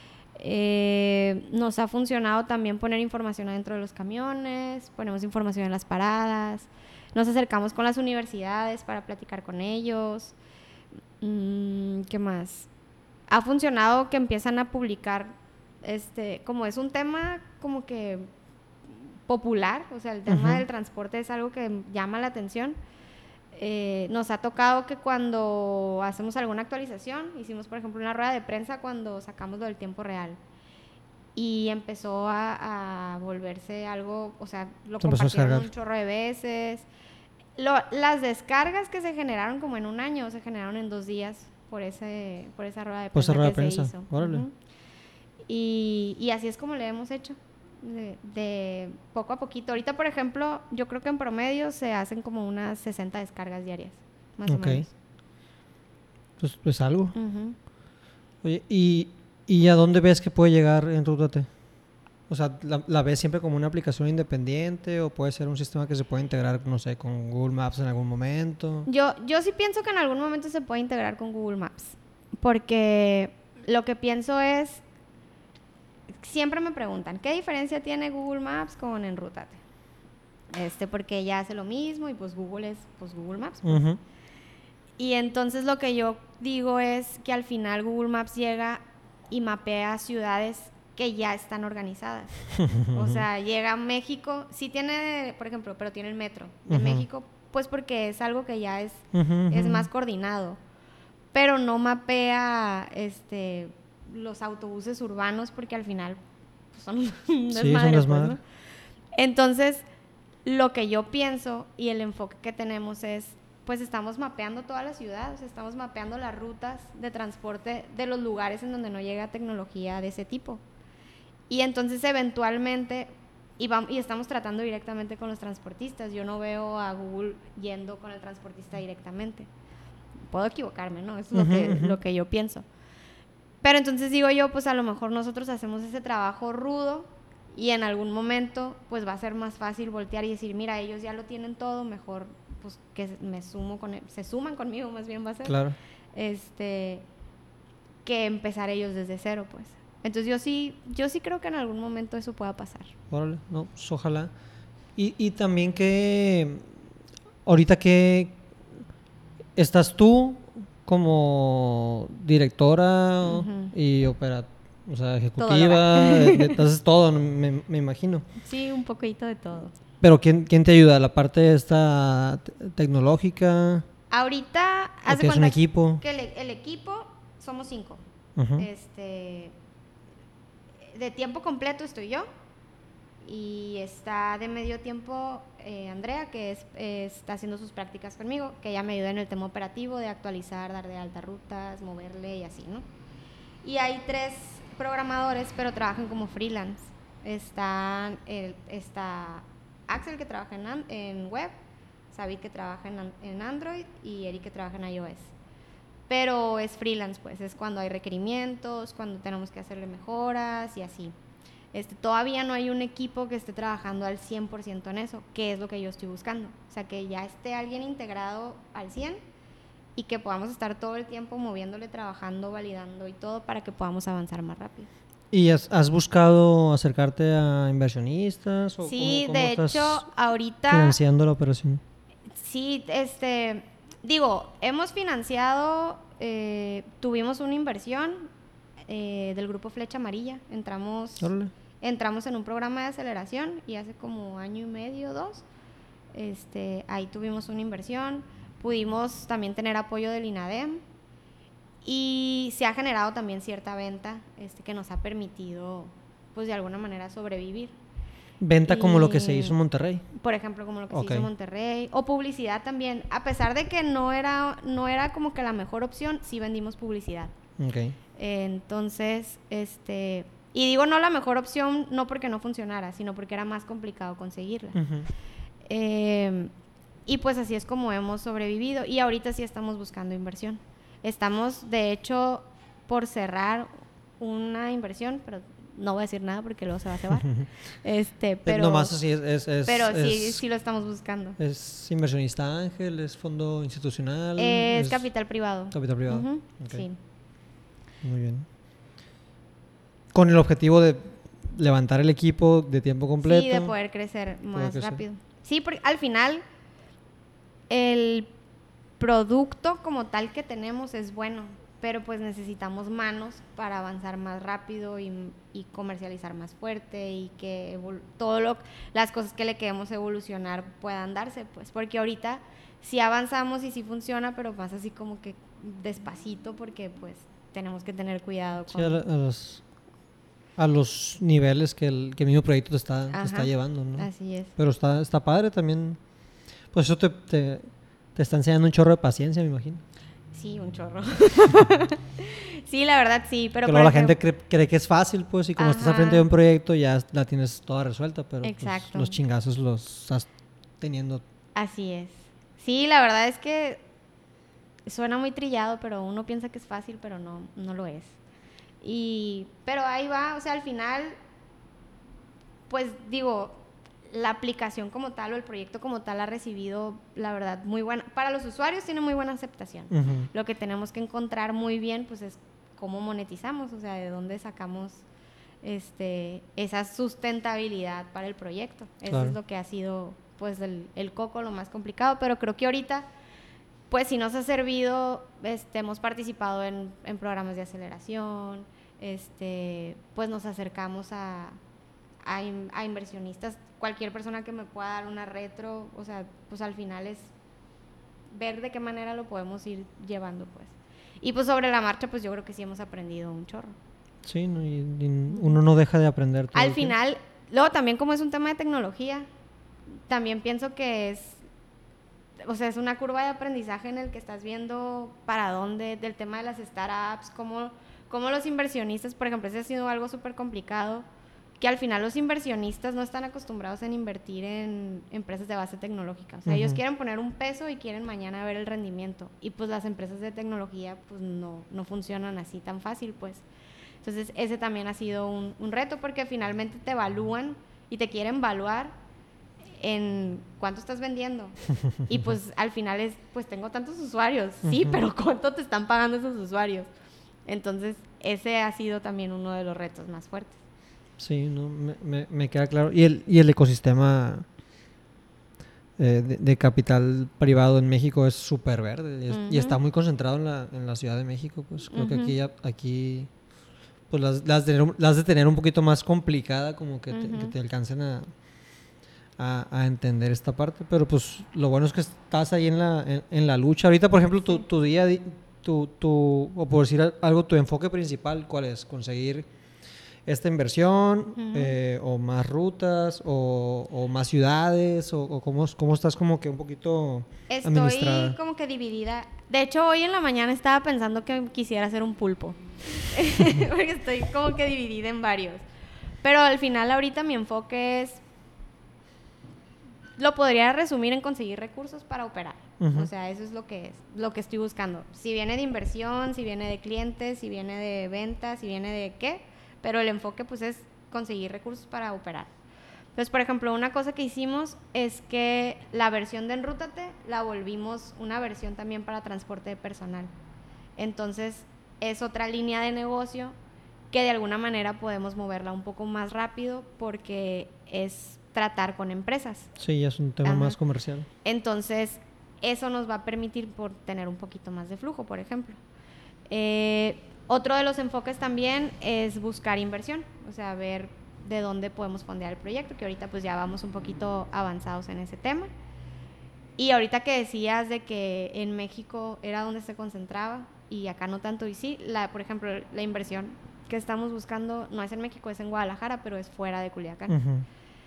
Nos ha funcionado también poner información adentro de los camiones, ponemos información en las paradas, nos acercamos con las universidades para platicar con ellos. ¿Qué más? Ha funcionado que empiezan a publicar, como es un tema como que popular, o sea, el tema uh-huh, del transporte es algo que llama la atención. Nos ha tocado que cuando hacemos alguna actualización, hicimos por ejemplo una rueda de prensa cuando sacamos lo del tiempo real y empezó a volverse algo, o sea, lo compartieron un chorro de veces. Las descargas que se generaron como en un año se generaron en 2 días por esa rueda de prensa, se hizo. Órale. Uh-huh. Y así es como le hemos hecho. De poco a poquito. Ahorita, por ejemplo, yo creo que en promedio se hacen como unas 60 descargas diarias, más o menos. Pues algo. Uh-huh. Oye, ¿y a dónde ves que puede llegar en Rútate? O sea, ¿la ves siempre como una aplicación independiente o puede ser un sistema que se puede integrar, no sé, con Google Maps en algún momento? Yo sí pienso que en algún momento se puede integrar con Google Maps, porque lo que pienso es, siempre me preguntan, ¿qué diferencia tiene Google Maps con Enrútate? Porque ella hace lo mismo y pues Google es pues Google Maps. Pues. Uh-huh. Y entonces lo que yo digo es que al final Google Maps llega y mapea ciudades que ya están organizadas. O sea, llega a México, sí tiene, por ejemplo, pero tiene el metro de uh-huh, México, pues porque es algo que ya es más coordinado. Pero no mapea los autobuses urbanos porque al final son un desmadre. Pues, ¿no? Entonces, lo que yo pienso y el enfoque que tenemos es pues estamos mapeando toda la ciudad, o sea, estamos mapeando las rutas de transporte de los lugares en donde no llega tecnología de ese tipo. Y entonces eventualmente, y estamos tratando directamente con los transportistas. Yo no veo a Google yendo con el transportista directamente. Puedo equivocarme, ¿no? Eso es lo que yo pienso. Pero entonces digo yo, pues a lo mejor nosotros hacemos ese trabajo rudo y en algún momento pues va a ser más fácil voltear y decir, mira, ellos ya lo tienen todo, mejor pues que se suman conmigo, más bien va a ser. Claro. Que empezar ellos desde cero, pues. Entonces yo sí creo que en algún momento eso pueda pasar. Órale, no, pues ojalá. Y también que ahorita que estás tú como directora y o sea, ejecutiva, haces todo, me imagino. Sí, un poquito de todo. Pero ¿quién te ayuda? ¿La parte esta tecnológica? Ahorita, ¿O que es un equipo? Que el equipo somos 5. De tiempo completo estoy yo y está de medio tiempo Andrea, que está haciendo sus prácticas conmigo, que ella me ayuda en el tema operativo de actualizar, dar de alta rutas, moverle y así, ¿no? Y hay 3 programadores, pero trabajan como freelance. Está Axel, que trabaja en web, Sabid, que trabaja en Android, y Eric, que trabaja en iOS. Pero es freelance, pues, es cuando hay requerimientos, cuando tenemos que hacerle mejoras y así. Todavía no hay un equipo que esté trabajando al 100% en eso, que es lo que yo estoy buscando. O sea, que ya esté alguien integrado al 100 y que podamos estar todo el tiempo moviéndole, trabajando, validando y todo para que podamos avanzar más rápido. ¿Y has buscado acercarte a inversionistas? ¿O sí, cómo de estás hecho, ahorita... financiando la operación? Sí, hemos financiado, tuvimos una inversión del grupo Flecha Amarilla. Entramos en un programa de aceleración y hace como 1.5 años, 2, ahí tuvimos una inversión. Pudimos también tener apoyo del INADEM y se ha generado también cierta venta que nos ha permitido, pues de alguna manera, sobrevivir. ¿Venta como lo que se hizo en Monterrey? Por ejemplo, como lo que se hizo en Monterrey. O publicidad también. A pesar de que no era como que la mejor opción, sí vendimos publicidad. Okay. Entonces, y digo no la mejor opción, no porque no funcionara, sino porque era más complicado conseguirla. Y pues así es como hemos sobrevivido. Y ahorita sí estamos buscando inversión. Estamos, de hecho, por cerrar una inversión, pero no voy a decir nada porque luego se va a cebar. Pero nomás así pero sí lo estamos buscando. ¿Es inversionista ángel? ¿Es fondo institucional? Es capital privado. Capital privado. Sí. Muy bien. Con el objetivo de levantar el equipo de tiempo completo. Sí, de poder crecer más rápido. Sí, porque al final el producto como tal que tenemos es bueno, pero pues necesitamos manos para avanzar más rápido y comercializar más fuerte y que las cosas que le queremos evolucionar puedan darse, pues, porque ahorita sí avanzamos y sí funciona, pero pasa así como que despacito porque pues tenemos que tener cuidado con... Sí, a los niveles que el mismo proyecto te está llevando, ¿no? Así es. Pero está padre también. Pues eso te está enseñando un chorro de paciencia, me imagino. Sí, un chorro. Sí, la verdad sí, pero... Que luego la gente cree que es fácil, pues, y como estás al frente de un proyecto ya la tienes toda resuelta, pero pues, los chingazos los estás teniendo. Así es. Sí, la verdad es que suena muy trillado, pero uno piensa que es fácil, pero no lo es. Pero ahí va, o sea, al final, pues digo, la aplicación como tal o el proyecto como tal ha recibido, la verdad, muy buena. Para los usuarios tiene muy buena aceptación. Lo que tenemos que encontrar muy bien, pues es cómo monetizamos, o sea, de dónde sacamos esa sustentabilidad para el proyecto. Eso es lo que ha sido, pues, el coco, lo más complicado, pero creo que ahorita... Pues sí nos ha servido, hemos participado en programas de aceleración, pues nos acercamos a inversionistas, cualquier persona que me pueda dar una retro, o sea, pues al final es ver de qué manera lo podemos ir llevando, pues. Y pues sobre la marcha, pues yo creo que sí hemos aprendido un chorro. Sí, ¿no? Y uno no deja de aprender todo al final, luego también como es un tema de tecnología, también pienso que es... o sea, es una curva de aprendizaje en el que estás viendo para dónde, del tema de las startups, cómo los inversionistas, por ejemplo, ese ha sido algo súper complicado, que al final los inversionistas no están acostumbrados en invertir en empresas de base tecnológica. O sea, ellos quieren poner un peso y quieren mañana ver el rendimiento. Y pues las empresas de tecnología pues no funcionan así tan fácil, pues. Entonces, ese también ha sido un reto porque finalmente te evalúan y te quieren evaluar en cuánto estás vendiendo. Y pues al final es, pues tengo tantos usuarios. Sí, pero ¿cuánto te están pagando esos usuarios? Entonces, ese ha sido también uno de los retos más fuertes. Sí, no, me queda claro. Y el ecosistema de capital privado en México es súper verde y está muy concentrado en la Ciudad de México. Pues creo que aquí pues las de tener un poquito más complicada, como que te alcancen a entender esta parte. Pero pues lo bueno es que estás ahí en la lucha. Ahorita, por ejemplo, tu día, o por decir algo, tu enfoque principal, ¿cuál es? ¿Conseguir esta inversión o más rutas o más ciudades o cómo estás como que un poquito administrada? Estoy como que dividida. De hecho, hoy en la mañana estaba pensando que quisiera hacer un pulpo. Porque estoy como que dividida en varios. Pero al final ahorita mi enfoque es... Lo podría resumir en conseguir recursos para operar. O sea, eso es lo que estoy buscando. Si viene de inversión, si viene de clientes, si viene de ventas, si viene de qué... Pero el enfoque pues es conseguir recursos para operar. Entonces, por ejemplo, una cosa que hicimos es que la versión de Enrútate la volvimos una versión también para transporte de personal. Entonces, es otra línea de negocio que de alguna manera podemos moverla un poco más rápido porque es tratar con empresas. Sí, ya es un tema más comercial. Entonces, eso nos va a permitir por tener un poquito más de flujo, por ejemplo. Otro de los enfoques también es buscar inversión, o sea, ver de dónde podemos fondear el proyecto, que ahorita pues ya vamos un poquito avanzados en ese tema. Y ahorita que decías de que en México era donde se concentraba y acá no tanto, y sí, por ejemplo, la inversión que estamos buscando no es en México, es en Guadalajara, pero es fuera de Culiacán.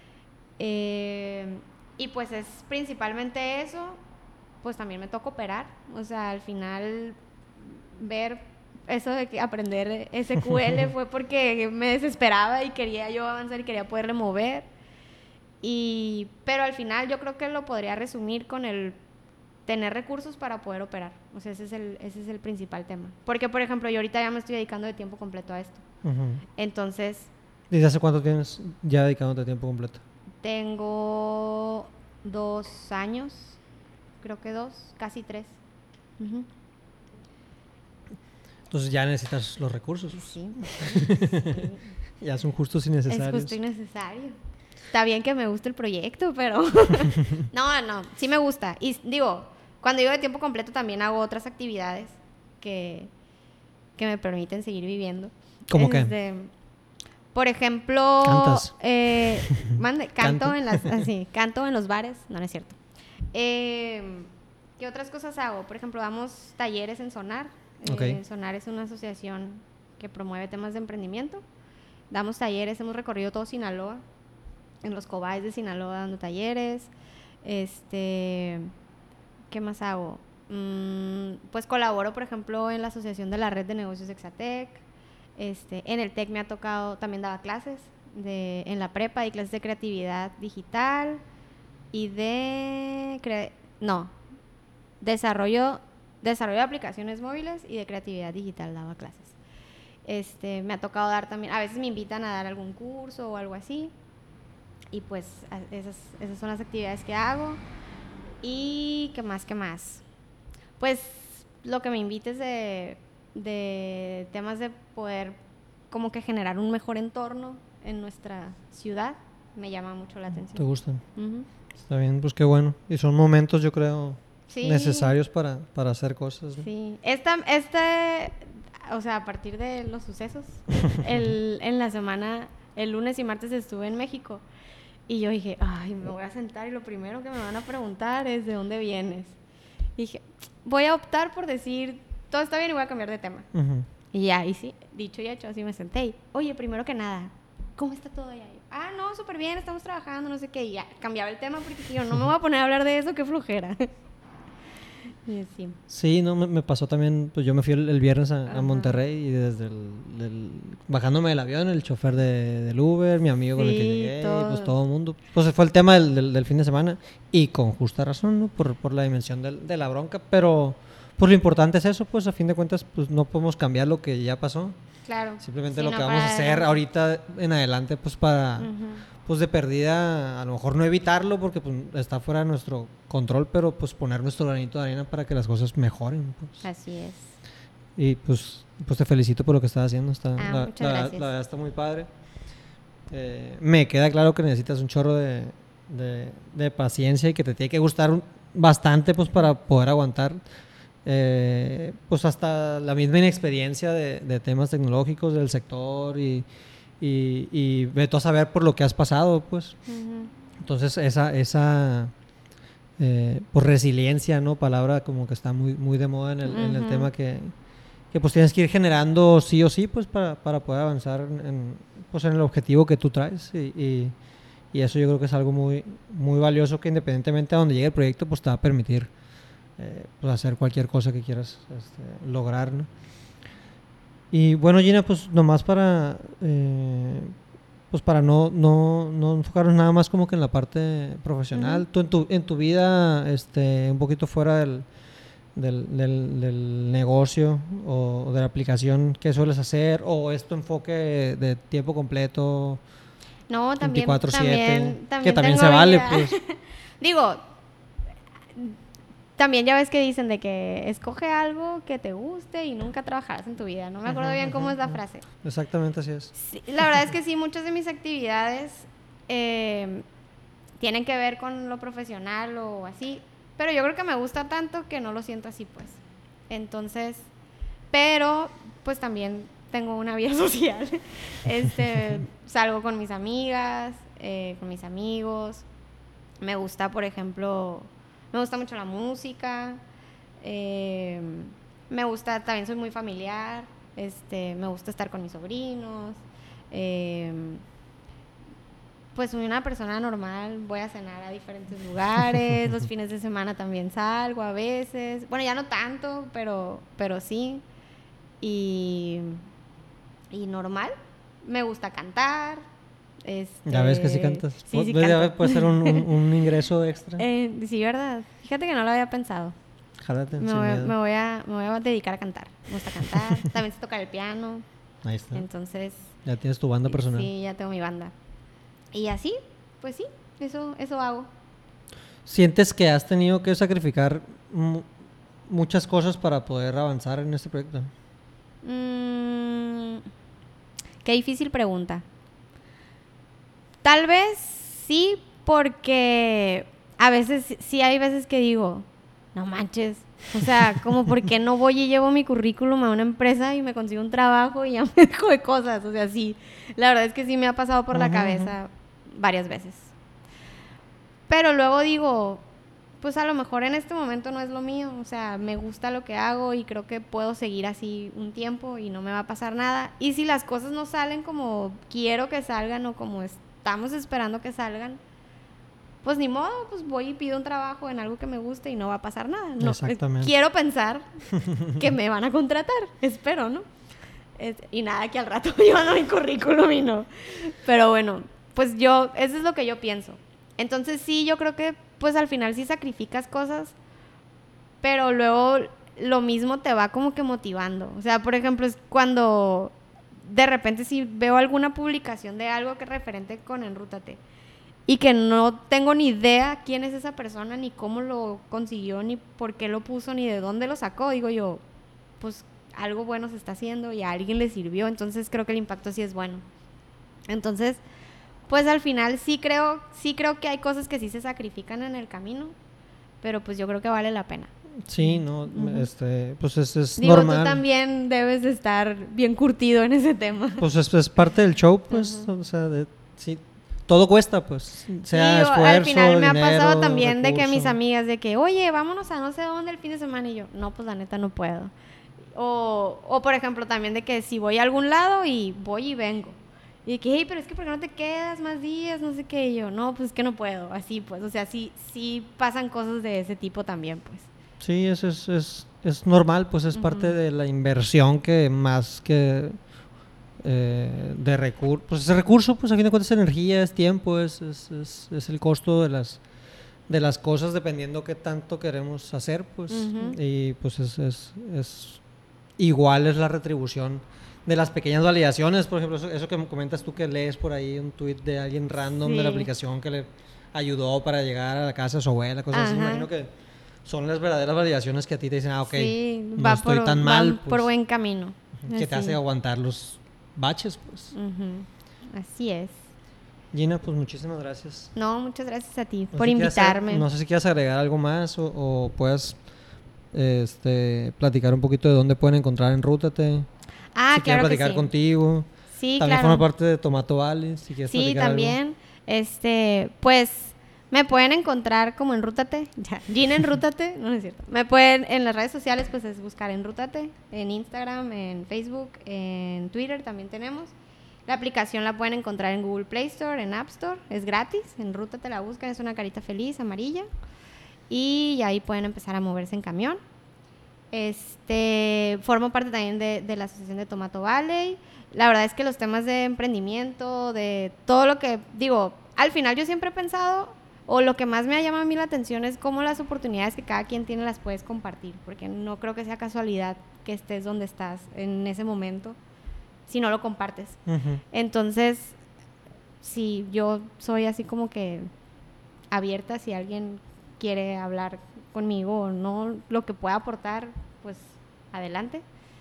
Y pues es principalmente eso, pues también me toca operar, o sea, al final ver... Eso de que aprender SQL fue porque me desesperaba y quería yo avanzar y quería poderle mover. Pero al final yo creo que lo podría resumir con el tener recursos para poder operar. O sea, ese es el principal tema. Porque, por ejemplo, yo ahorita ya me estoy dedicando de tiempo completo a esto. Entonces... ¿Desde hace cuánto tienes ya dedicándote a tiempo completo? Tengo 2 años, creo que 2, casi 3. Entonces ya necesitas los recursos. Sí. Ya son justos y necesarios. Es justo y necesario. Está bien que me guste el proyecto, pero... No, sí me gusta. Y digo, cuando digo de tiempo completo también hago otras actividades que me permiten seguir viviendo. ¿Cómo qué? Por ejemplo... ¿Cantas? Canto en los bares. No es cierto. ¿Qué otras cosas hago? Por ejemplo, damos talleres en Sonar. Sonar es una asociación que promueve temas de emprendimiento. Damos talleres, hemos recorrido todo Sinaloa, en los Cobáis de Sinaloa dando talleres. ¿Qué más hago? Pues colaboro, por ejemplo, en la asociación de la red de negocios Exatec. En el TEC me ha tocado, también daba clases en la prepa, y clases de creatividad digital y desarrollo de aplicaciones móviles y de creatividad digital daba clases. Me ha tocado dar también, a veces me invitan a dar algún curso o algo así, y pues esas son las actividades que hago. Y ¿qué más? Pues lo que me invites de temas de poder como que generar un mejor entorno en nuestra ciudad me llama mucho la atención. ¿Te gustan? Está bien, pues qué bueno. Y son momentos, yo creo, necesarios para hacer cosas, ¿no? Sí. O sea, a partir de los sucesos, en la semana, el lunes y martes estuve en México y yo dije, ay, me voy a sentar y lo primero que me van a preguntar es ¿de dónde vienes? Y dije, voy a optar por decir, todo está bien y voy a cambiar de tema. Y ya, y sí, dicho y hecho, así me senté y, oye, primero que nada, ¿cómo está todo allá? No, súper bien, estamos trabajando, no sé qué, y ya, cambiaba el tema porque yo no me voy a poner a hablar de eso, qué flojera. Y sí. Sí, no, me pasó también, pues yo me fui el viernes a Monterrey y desde bajándome del avión, el chofer del Uber, mi amigo con el que Sí, llegué, y pues todos. todo el mundo. Pues fue el tema del fin de semana y con justa razón, ¿no? Por la dimensión de la bronca, pero pues lo importante es eso, pues a fin de cuentas pues no podemos cambiar lo que ya pasó. Claro. Simplemente Sí, lo no, que vamos a para hacer adelante. ahorita en adelante pues para... Ujú. Pues de perdida, a lo mejor no evitarlo porque pues, está fuera de nuestro control, pero pues poner nuestro granito de arena para que las cosas mejoren. Pues. Así es. Y pues te felicito por lo que estás haciendo. Muchas gracias. La verdad está muy padre. Me queda claro que necesitas un chorro de paciencia y que te tiene que gustar bastante pues para poder aguantar. Pues hasta la misma inexperiencia de temas tecnológicos del sector y vete a saber por lo que has pasado, pues. Ujú. Entonces esa pues resiliencia, ¿no? Palabra como que está muy de moda en el tema que pues tienes que ir generando sí o sí, pues para poder avanzar pues en el objetivo que tú traes y eso yo creo que es algo muy valioso que independientemente de donde llegue el proyecto, pues te va a permitir pues hacer cualquier cosa que quieras lograr, ¿no? Y bueno, Gina, pues nomás pues para no enfocarnos nada más como que en la parte profesional. Ujú. Tú en tu vida, un poquito fuera del negocio o de la aplicación, ¿qué sueles hacer? ¿O es tu enfoque de tiempo completo, No, también, 24/7? también, Que también también tengo se vale, vida. pues. Digo, también ya ves que dicen de que escoge algo que te guste y nunca trabajarás en tu vida. No me acuerdo bien cómo es la frase. Exactamente así es. Sí, la verdad es que sí, muchas de mis actividades tienen que ver con lo profesional o así, pero yo creo que me gusta tanto que no lo siento así, pues. Entonces, pero pues también tengo una vida social. Salgo con mis amigas, con mis amigos. Me gusta, por ejemplo, me gusta mucho la música. eh, Me gusta, también soy muy familiar. Me gusta estar con mis sobrinos. eh, pues soy una persona normal, voy a cenar a diferentes lugares, los fines de semana también salgo a veces, bueno, ya no tanto, pero sí, y, y normal, me gusta cantar, Ya ves que sí cantas. sí, sí Ya canto. ves, puede ser un ingreso extra. Sí, ¿verdad? Fíjate que no lo había pensado. Jálate, sin miedo. Me voy a dedicar a cantar. Me gusta cantar, también sé tocar el piano, Ahí está. entonces, Ya tienes tu banda personal. sí, ya tengo mi banda. Y así, pues sí, eso hago. ¿Sientes que has tenido que sacrificar muchas cosas para poder avanzar en este proyecto? Qué difícil pregunta. Tal vez sí, porque a veces, sí hay veces que digo, no manches. O sea, como porque no voy y llevo mi currículum a una empresa y me consigo un trabajo y ya me dejo de cosas. O sea, sí, la verdad es que sí me ha pasado por la cabeza varias veces. Pero luego digo, pues a lo mejor en este momento no es lo mío, o sea, me gusta lo que hago y creo que puedo seguir así un tiempo y no me va a pasar nada. Y si las cosas no salen como quiero que salgan o como estamos esperando que salgan, pues ni modo, pues voy y pido un trabajo en algo que me guste y no va a pasar nada. No, Exactamente. quiero pensar que me van a contratar, espero, ¿no? Y nada, que al rato me llevan mi currículum y no. Pero bueno, pues eso es lo que yo pienso. Entonces sí, yo creo que pues al final sí sacrificas cosas, pero luego lo mismo te va como que motivando. O sea, por ejemplo, es cuando de repente si veo alguna publicación de algo que es referente con Enrútate y que no tengo ni idea quién es esa persona, ni cómo lo consiguió, ni por qué lo puso, ni de dónde lo sacó, digo yo, pues algo bueno se está haciendo y a alguien le sirvió, entonces creo que el impacto sí es bueno. Entonces, pues al final sí creo que hay cosas que sí se sacrifican en el camino, pero pues yo creo que vale la pena. Sí, no, pues es Digo, normal. tú también debes de estar bien curtido en ese tema. Pues es parte del show, pues, o sea, sí, todo cuesta, pues, sea esfuerzo, al final me dinero, ha pasado también de que recurso. mis amigas de que, oye, vámonos a no sé dónde el fin de semana y yo, no, pues la neta no puedo. O por ejemplo también de que si voy a algún lado y voy y vengo. Y de que, hey, pero es que ¿por qué no te quedas más días? No sé qué. Y yo, no, pues es que no puedo. Así pues, o sea, sí pasan cosas de ese tipo también, pues. Sí, eso es normal, pues es parte de la inversión que más que de recurso, pues ese recurso, pues a fin de cuentas es energía, es tiempo, es el costo de las cosas dependiendo qué tanto queremos hacer, pues, y pues es igual es la retribución de las pequeñas validaciones, por ejemplo, eso que me comentas tú que lees por ahí un tweet de alguien random de la aplicación que le ayudó para llegar a la casa de su abuela, cosas así, imagino que son las verdaderas validaciones que a ti te dicen, ok, no estoy tan mal, pues, por buen camino. que te hace aguantar los baches, pues. Así es. Gina, pues muchísimas gracias. No, muchas gracias a ti por invitarme. No sé si quieres agregar algo más o puedas platicar un poquito de dónde pueden encontrar Enrútate. Si quieren platicar contigo. Sí, también forma parte de Tomato Valley, si quieres platicar también. Algo. Pues me pueden encontrar como Enrútate, Gina Enrútate, no es cierto. Me pueden en las redes sociales, pues es buscar Enrútate, en Instagram, en Facebook, en Twitter también tenemos. La aplicación la pueden encontrar en Google Play Store, en App Store, es gratis, Enrútate la buscan, es una carita feliz, amarilla, y ahí pueden empezar a moverse en camión. Formo parte también de la asociación de Tomato Valley. La verdad es que los temas de emprendimiento, de todo lo que, digo, al final yo siempre he pensado, o lo que más me ha llamado a mí la atención es cómo las oportunidades que cada quien tiene las puedes compartir, porque no creo que sea casualidad que estés donde estás en ese momento si no lo compartes. Entonces, sí, yo soy así como que abierta si alguien quiere hablar conmigo o no, lo que pueda aportar, pues adelante.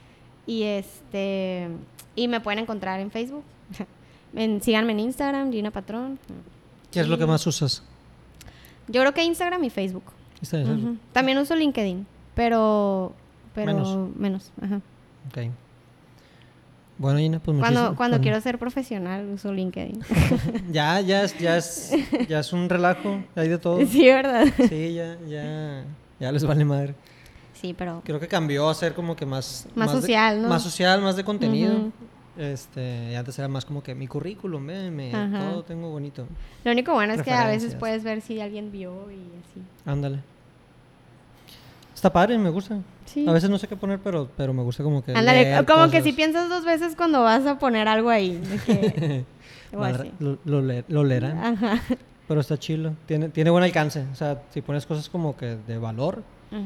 Y me pueden encontrar en Facebook. Síganme en Instagram, Gina Patrón. ¿Qué es lo que más usas? Yo creo que Instagram y Facebook. También uso LinkedIn, pero menos. Ajá. Ok. Bueno, Gina, pues muchísimas Cuando quiero ser profesional uso LinkedIn. ya es un relajo, hay de todo. Sí, ¿verdad? Sí, ya les vale madre. Sí, pero creo que cambió a ser como que más social, ¿no? Más social, más de contenido. Y antes era más como que mi currículum, todo tengo bonito. Lo único bueno es que a veces puedes ver si alguien vio y así. Ándale. Está padre, me gusta. Sí. A veces no sé qué poner, pero me gusta como que ándale, como cosas. Que si piensas dos veces cuando vas a poner algo ahí. De que, lo leerán. Ajá. Pero está chilo. Tiene buen alcance. O sea, si pones cosas como que de valor.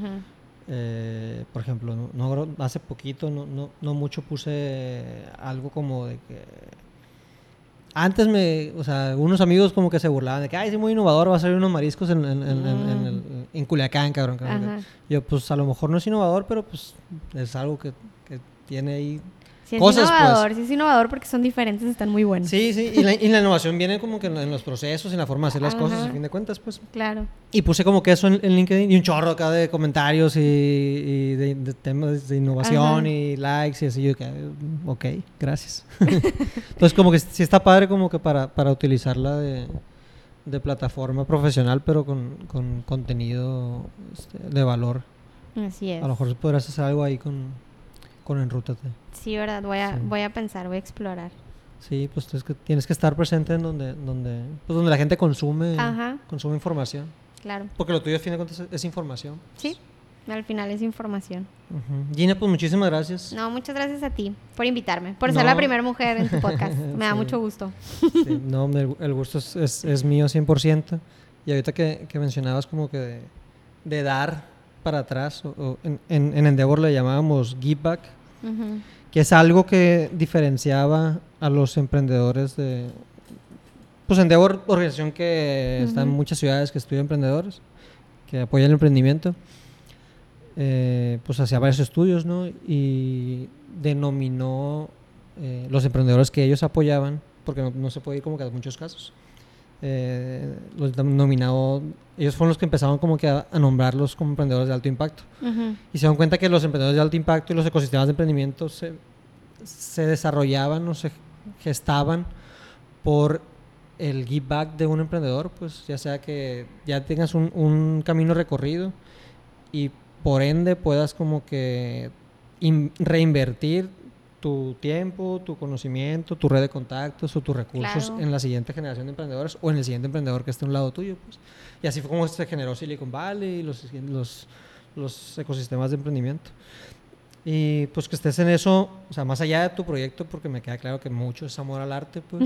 Por ejemplo, hace poquito, no mucho puse algo como de que... Antes unos amigos como que se burlaban de que, ay, soy muy innovador, va a salir unos mariscos en Culiacán, cabrón. Yo, pues a lo mejor no es innovador, pero pues es algo que tiene ahí cosas. Sí es innovador porque son diferentes, están muy buenos. Sí, y la innovación viene como que en los procesos, en la forma de hacer las cosas, a fin de cuentas, pues. Claro. Y puse como que eso en LinkedIn y un chorro acá de comentarios y de temas de innovación y likes y así. Yo que, ok, gracias. Entonces como que sí está padre como que para utilizarla de plataforma profesional, pero con contenido de valor. Así es. A lo mejor podrás hacer algo ahí con Enrútate. Sí, verdad, voy a pensar, voy a explorar. Sí, pues tienes que estar presente en donde la gente consume información. Claro. Porque lo tuyo al fin de cuentas es información. Sí, al final es información. Gina, pues muchísimas gracias. No, muchas gracias a ti por invitarme, por ser la primera mujer en tu podcast. Me da mucho gusto. Sí, no, el gusto es mío 100%. Y ahorita que mencionabas como que de dar para atrás, o en Endeavor le llamábamos give back, que es algo que diferenciaba a los emprendedores de... Pues Endeavor, organización que está en muchas ciudades que estudia emprendedores, que apoya el emprendimiento, pues hacía varios estudios, ¿no? Y denominó los emprendedores que ellos apoyaban, porque no se puede ir como que a muchos casos, los denominó, ellos fueron los que empezaron como que a nombrarlos como emprendedores de alto impacto. Y se dan cuenta que los emprendedores de alto impacto y los ecosistemas de emprendimiento se desarrollaban o se gestaban por el give back de un emprendedor, pues ya sea que ya tengas un camino recorrido y por ende puedas como que reinvertir tu tiempo, tu conocimiento, tu red de contactos o tus recursos en la siguiente generación de emprendedores o en el siguiente emprendedor que esté a un lado tuyo, pues. Y así fue como se generó Silicon Valley, los ecosistemas de emprendimiento. Y pues que estés en eso, o sea, más allá de tu proyecto, porque me queda claro que mucho es amor al arte, pues,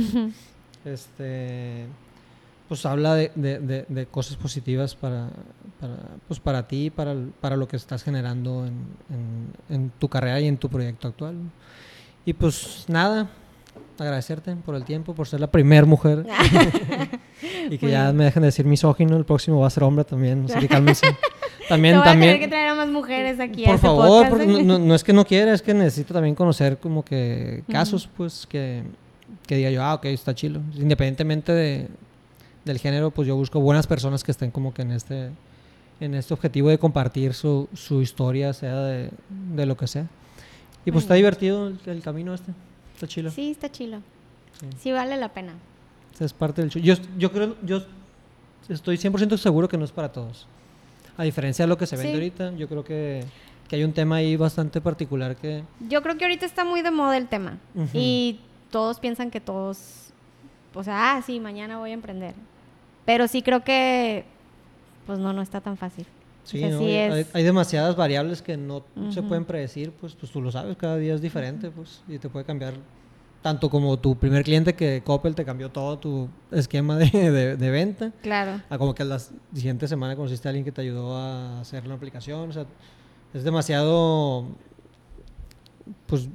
pues habla de cosas positivas pues para ti, para lo que estás generando en tu carrera y en tu proyecto actual. Y pues nada, agradecerte por el tiempo, por ser la primera mujer. Y que ya me dejen de decir misógino, el próximo va a ser hombre también, así que cálmense. También, te voy a tener que traer a más mujeres aquí por a este favor, podcast. porque no es que no quiera, es que necesito también conocer como que casos, pues, que diga yo, ok, está chilo. Independientemente del género, pues yo busco buenas personas que estén como que en este objetivo de compartir su historia, sea de lo que sea. Y pues está divertido el camino este, está chilo. Sí, está chilo. Sí vale la pena. Es parte del show. Yo creo, yo estoy 100% seguro que no es para todos. A diferencia de lo que se vende ahorita, yo creo que hay un tema ahí bastante particular que... Yo creo que ahorita está muy de moda el tema. Y todos piensan que todos... O sea, sí, mañana voy a emprender. Pero sí creo que... Pues no está tan fácil. Sí, o sea, ¿no? sí hay demasiadas variables que no se pueden predecir, pues tú lo sabes, cada día es diferente, pues, y te puede cambiar tanto como tu primer cliente que Coppel te cambió todo tu esquema de venta. Claro. A como que la siguiente semana conociste a alguien que te ayudó a hacer la aplicación, o sea, es demasiado, pues,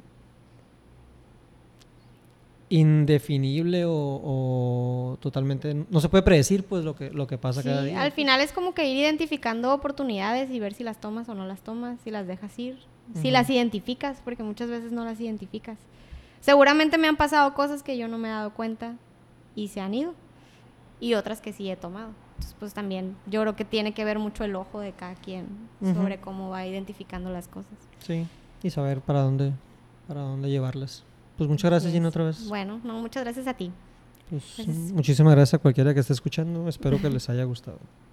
indefinible o totalmente no se puede predecir, pues, lo que pasa cada día. Al final es como que ir identificando oportunidades y ver si las tomas o no las tomas, si las dejas ir, si las identificas, porque muchas veces no las identificas. Seguramente me han pasado cosas que yo no me he dado cuenta y se han ido, y otras que sí he tomado. Entonces, pues también yo creo que tiene que ver mucho el ojo de cada quien sobre cómo va identificando las cosas. Sí, y saber para dónde llevarlas. Pues muchas gracias, Gina, otra vez. Bueno, no, muchas gracias a ti. Pues muchísimas gracias a cualquiera que esté escuchando. Espero que les haya gustado.